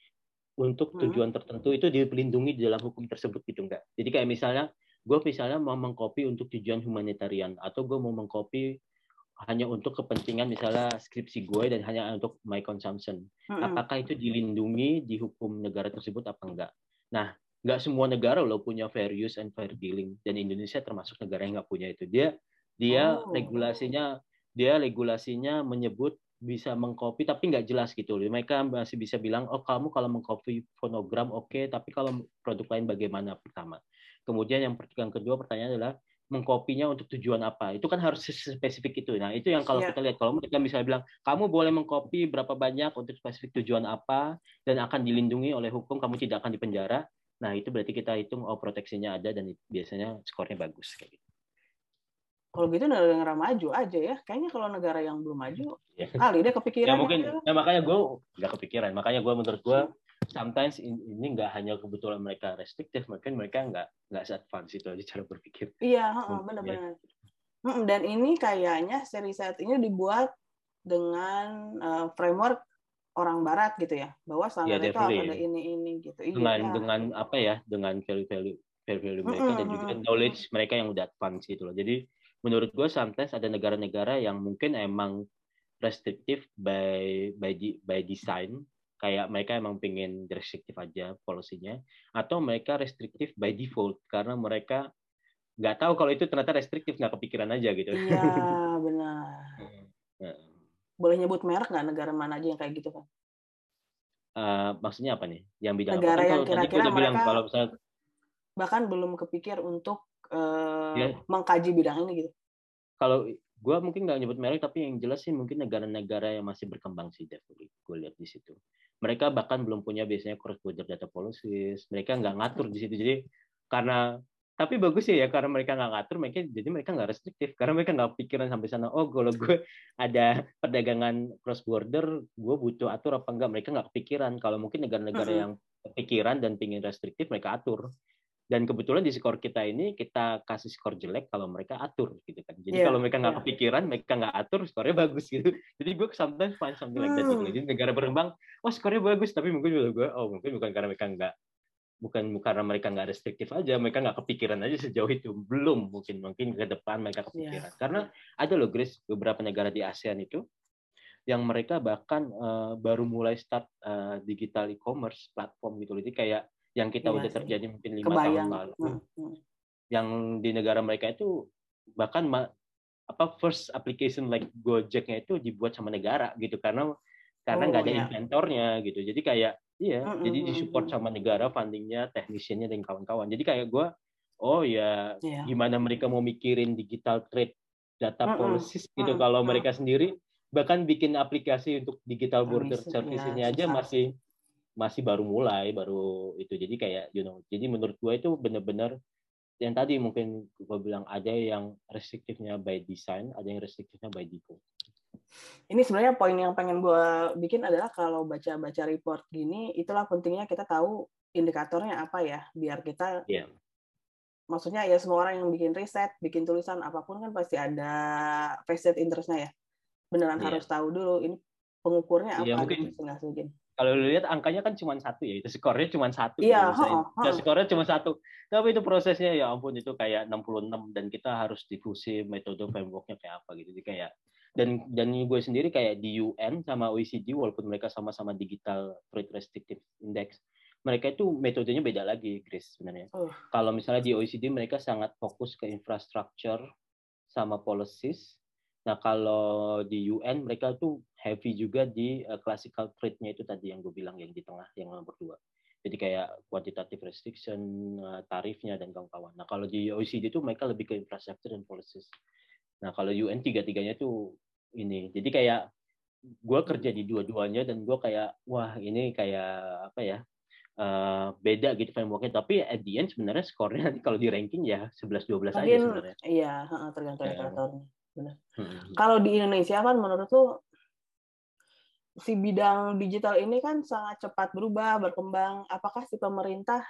untuk tujuan hmm. tertentu, itu dilindungi di dalam hukum tersebut gitu enggak? Jadi kayak misalnya gue misalnya mau mengcopy untuk tujuan humanitarian, atau gue mau mengcopy hanya untuk kepentingan misalnya skripsi gue dan hanya untuk my consumption. Hmm. Apakah itu dilindungi di hukum negara tersebut apa enggak? Nah, nggak semua negara loh punya fair use and fair dealing, dan Indonesia termasuk negara yang nggak punya itu. Dia dia oh. regulasinya dia regulasinya menyebut bisa mengcopy tapi nggak jelas gitu loh. Mereka masih bisa bilang, oh kamu kalau mengcopy fonogram oke, okay, tapi kalau produk lain bagaimana pertama. Kemudian yang, yang kedua pertanyaan adalah mengcopy-nya untuk tujuan apa? Itu kan harus spesifik itu. Nah itu yang kalau yeah. kita lihat, kalau mereka bisa bilang kamu boleh mengcopy berapa banyak untuk spesifik tujuan apa dan akan dilindungi oleh hukum, kamu tidak akan dipenjara. Nah itu berarti kita hitung oh proteksinya ada dan biasanya skornya bagus kayak gitu. Kalau gitu negara maju aja ya. Kayaknya kalau negara yang belum maju, ya. Kali dia kepikiran. Ya mungkin, ya makanya gue nggak kepikiran. Makanya gue menurut gue, sometimes ini nggak hanya kebetulan mereka restriktif, mungkin mereka nggak nggak se-advance itu aja cara berpikir. Iya, benar-benar. Ya. Dan ini kayaknya si riset ini dibuat dengan uh, framework orang Barat gitu ya, bahwa standar ya, itu ada ini-ini gitu. Dengan iya, dengan ya. apa ya, dengan value-value value mereka mm-hmm. dan juga knowledge mereka yang udah advance gitu loh. Jadi menurut gue sometimes ada negara-negara yang mungkin emang restriktif by by by design, kayak mereka emang pengen restriktif aja polisinya, atau mereka restriktif by default karena mereka nggak tahu kalau itu ternyata restriktif, nggak kepikiran aja gitu. Iya benar. Boleh nyebut merek nggak negara mana aja yang kayak gitu kan? Uh, maksudnya apa nih? Yang bidang negara apa? Kan yang kira-kira mereka bilang, kalau misalnya, bahkan belum kepikir untuk uh, ya. mengkaji bidang ini gitu. Kalau gue mungkin nggak nyebut merek, tapi yang jelas sih mungkin negara-negara yang masih berkembang sih, gue lihat di situ. Mereka bahkan belum punya biasanya cross border data policies, mereka nggak ngatur di situ. Jadi karena tapi bagus sih ya, karena mereka nggak ngatur, mereka jadi mereka nggak restriktif, karena mereka nggak pikiran sampai sana. Oh kalau gue ada perdagangan cross border, gue butuh atur apa enggak? Mereka nggak kepikiran. Kalau mungkin negara-negara yang kepikiran dan pingin restriktif, mereka atur. Dan kebetulan di skor kita ini kita kasih skor jelek kalau mereka atur gitu kan. Jadi yeah, kalau mereka nggak yeah. kepikiran, mereka nggak atur, skornya bagus gitu. Jadi gue sometimes find something like that gitu. Jadi negara berkembang, oh skornya bagus, tapi mungkin juga gue, oh mungkin bukan karena mereka nggak, bukan karena mereka nggak restriktif aja, mereka nggak kepikiran aja sejauh itu. Belum, mungkin mungkin ke depan mereka kepikiran. Yeah. Karena ada loh Grace, beberapa negara di ASEAN itu yang mereka bahkan uh, baru mulai start uh, digital e-commerce platform gitu. Jadi kayak yang kita iya udah terjadi sih. Mungkin lima tahun lalu, hmm. yang di negara mereka itu bahkan ma- apa first application like Gojeknya itu dibuat sama negara gitu, karena karena nggak oh, ada iya. inventornya gitu. Jadi kayak iya, mm-hmm. jadi disupport sama negara, fundingnya, teknisiannya dan kawan-kawan. Jadi kayak gue, oh ya yeah. gimana mereka mau mikirin digital trade data mm-hmm. policies gitu mm-hmm. kalau mereka sendiri bahkan bikin aplikasi untuk digital border service-nya aja masih masih baru mulai, baru itu. Jadi kayak you know, jadi menurut gue itu benar-benar yang tadi mungkin gue bilang ada yang restriktifnya by design, ada yang restriktifnya by default. Ini sebenarnya poin yang pengen gue bikin adalah kalau baca-baca report gini, itulah pentingnya kita tahu indikatornya apa ya, biar kita yeah. maksudnya ya semua orang yang bikin riset, bikin tulisan apapun kan pasti ada vested interest-nya ya. Beneran yeah. harus tahu dulu ini pengukurnya apa yeah, mungkin, gitu sehingga kalau lu lihat angkanya kan cuma satu ya, itu skornya cuma satu. Iya, gitu, oh, oh. Nah, skornya cuma satu. Tapi itu prosesnya ya ampun itu kayak enam puluh enam dan kita harus difusi metode frameworknya kayak apa gitu. Jadi kayak dan dan gue sendiri kayak di U N sama O E C D walaupun mereka sama-sama digital trade restrictive index, mereka itu metodenya beda lagi, Chris sebenarnya. Uh. Kalau misalnya di O E C D mereka sangat fokus ke infrastructure sama policies. Nah, kalau di U N mereka tuh heavy juga di uh, classical trade-nya itu tadi yang gue bilang yang di tengah, yang nomor dua. Jadi kayak quantitative restriction, uh, tarifnya, dan kawan-kawan. Nah, kalau di O E C D itu mereka lebih ke infrastructure dan policies. Nah, kalau U N tiga-tiganya tuh ini. Jadi kayak gue kerja di dua-duanya dan gue kayak, wah ini kayak apa ya, uh, beda gitu framework-nya. Tapi at the end sebenarnya skornya nanti kalau di ranking ya sebelas dua belas aja sebenarnya. Iya, tergantung indikatornya. Benar. Hmm. Kalau di Indonesia kan menurut lu si bidang digital ini kan sangat cepat berubah, berkembang. Apakah si pemerintah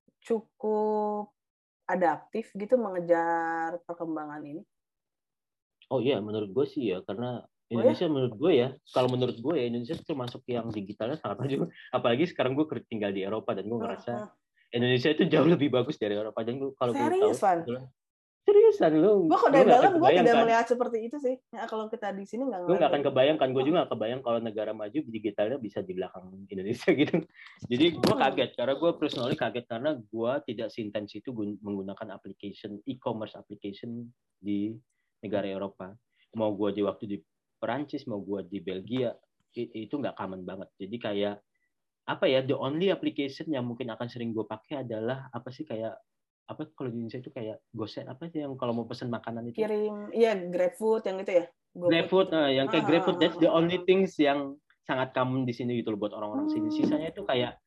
cukup adaptif gitu mengejar perkembangan ini? Oh iya, menurut gue sih ya, karena Indonesia oh, ya? menurut gue ya, kalau menurut gue ya Indonesia termasuk yang digitalnya sangat maju. Apalagi sekarang gue tinggal di Eropa dan gue ngerasa uh, uh. Indonesia itu jauh lebih bagus dari Eropa. Dan gue kalau gue tahu, seriusan lu? Gue kalau dari dalam gue tidak melihat seperti itu sih. Ya, kalau kita di sini nggak. Gue nggak akan kebayangkan. Gue juga nggak kebayang kalau negara maju digitalnya bisa di belakang Indonesia gitu. Jadi gue kaget karena gue personally kaget karena gue tidak seintens itu menggunakan application e-commerce application di negara Eropa. Mau gue di waktu di Perancis, mau gue di Belgia, itu nggak common banget. Jadi kayak apa ya? The only application yang mungkin akan sering gue pakai adalah apa sih kayak apa kalau di Indonesia itu kayak GoSend apa sih yang kalau mau pesen makanan itu kirim iya GrabFood yang itu ya GrabFood nah, yang kayak ah, GrabFood that's the only things yang sangat common di sini gitu loh buat orang-orang hmm. sini. Sisanya itu kayak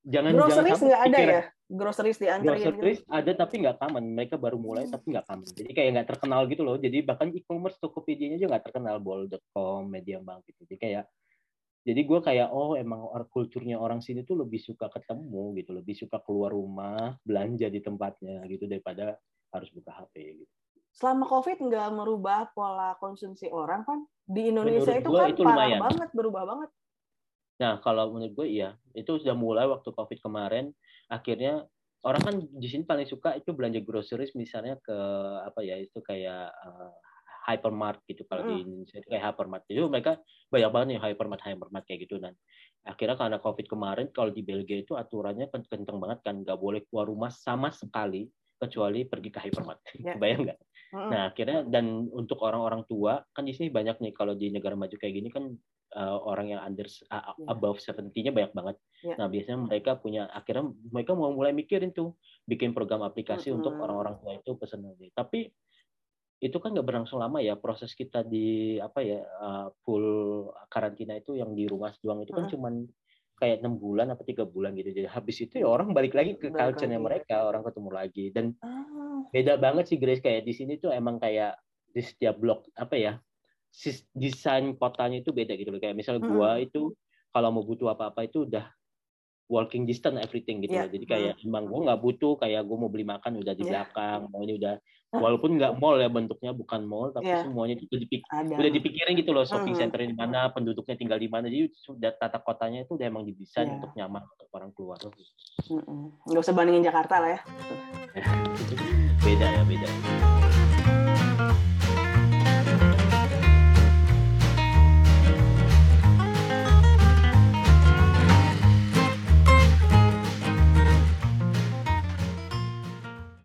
jangan groceries jangan nggak ada pikiran, ya? Groceries di antrian groceries gitu? ada tapi nggak common. Mereka baru mulai tapi nggak common. Jadi kayak nggak terkenal gitu loh. Jadi bahkan e-commerce Tokopedia-nya juga nggak terkenal, bol dot com, Mediamarkt gitu. Jadi kayak jadi gue kayak oh emang kulturnya orang sini tuh lebih suka ketemu gitu, lebih suka keluar rumah, belanja di tempatnya gitu daripada harus buka H P gitu. Selama COVID nggak merubah pola konsumsi orang kan? Di Indonesia Menurut itu gue kan itu parah lumayan. banget, berubah banget. Nah kalau menurut gue iya, itu sudah mulai waktu COVID kemarin. Akhirnya orang kan di sini paling suka itu belanja groceries misalnya ke apa ya itu kayak uh, hypermart gitu kalau mm. di Indonesia itu kayak hypermart. Jadi mereka banyak banget nih hypermart hypermart kayak gitu. Dan akhirnya karena COVID kemarin kalau di Belgia itu aturannya kenceng banget kan, nggak boleh keluar rumah sama sekali kecuali pergi ke hypermart. Yeah. Kebayang nggak? Mm. Nah akhirnya dan untuk orang-orang tua kan di sini banyak nih kalau di negara maju kayak gini kan uh, orang yang under uh, yeah. above seventy-nya banyak banget. Yeah. Nah biasanya mereka punya akhirnya mereka mau mulai mikirin tuh bikin program aplikasi mm-hmm. untuk orang-orang tua itu pesan aja. Tapi itu kan nggak berlangsung lama ya proses kita di apa ya uh, full karantina itu yang di rumah doang itu kan uh-huh. cuman kayak enam bulan atau tiga bulan gitu. Jadi habis itu ya orang balik lagi ke culture-nya mereka, orang ketemu lagi dan uh. beda banget sih Grace kayak di sini tuh emang kayak di setiap blok apa ya desain kotanya itu beda gitu loh. Kayak misal uh-huh. gua itu kalau mau butuh apa-apa itu udah walking distance everything gitu yeah. loh. Jadi kayak hmm. emang gue nggak butuh kayak gue mau beli makan udah di yeah. belakang, mau ini udah walaupun nggak mall ya bentuknya bukan mall tapi yeah. semuanya itu udah, dipik- udah dipikirin gitu loh shopping mm-hmm. center di mana, penduduknya tinggal di mana. Jadi sudah tata kotanya itu udah emang didesain yeah. untuk nyaman untuk orang keluar. Mm-mm. Nggak usah bandingin Jakarta lah ya. Beda ya beda.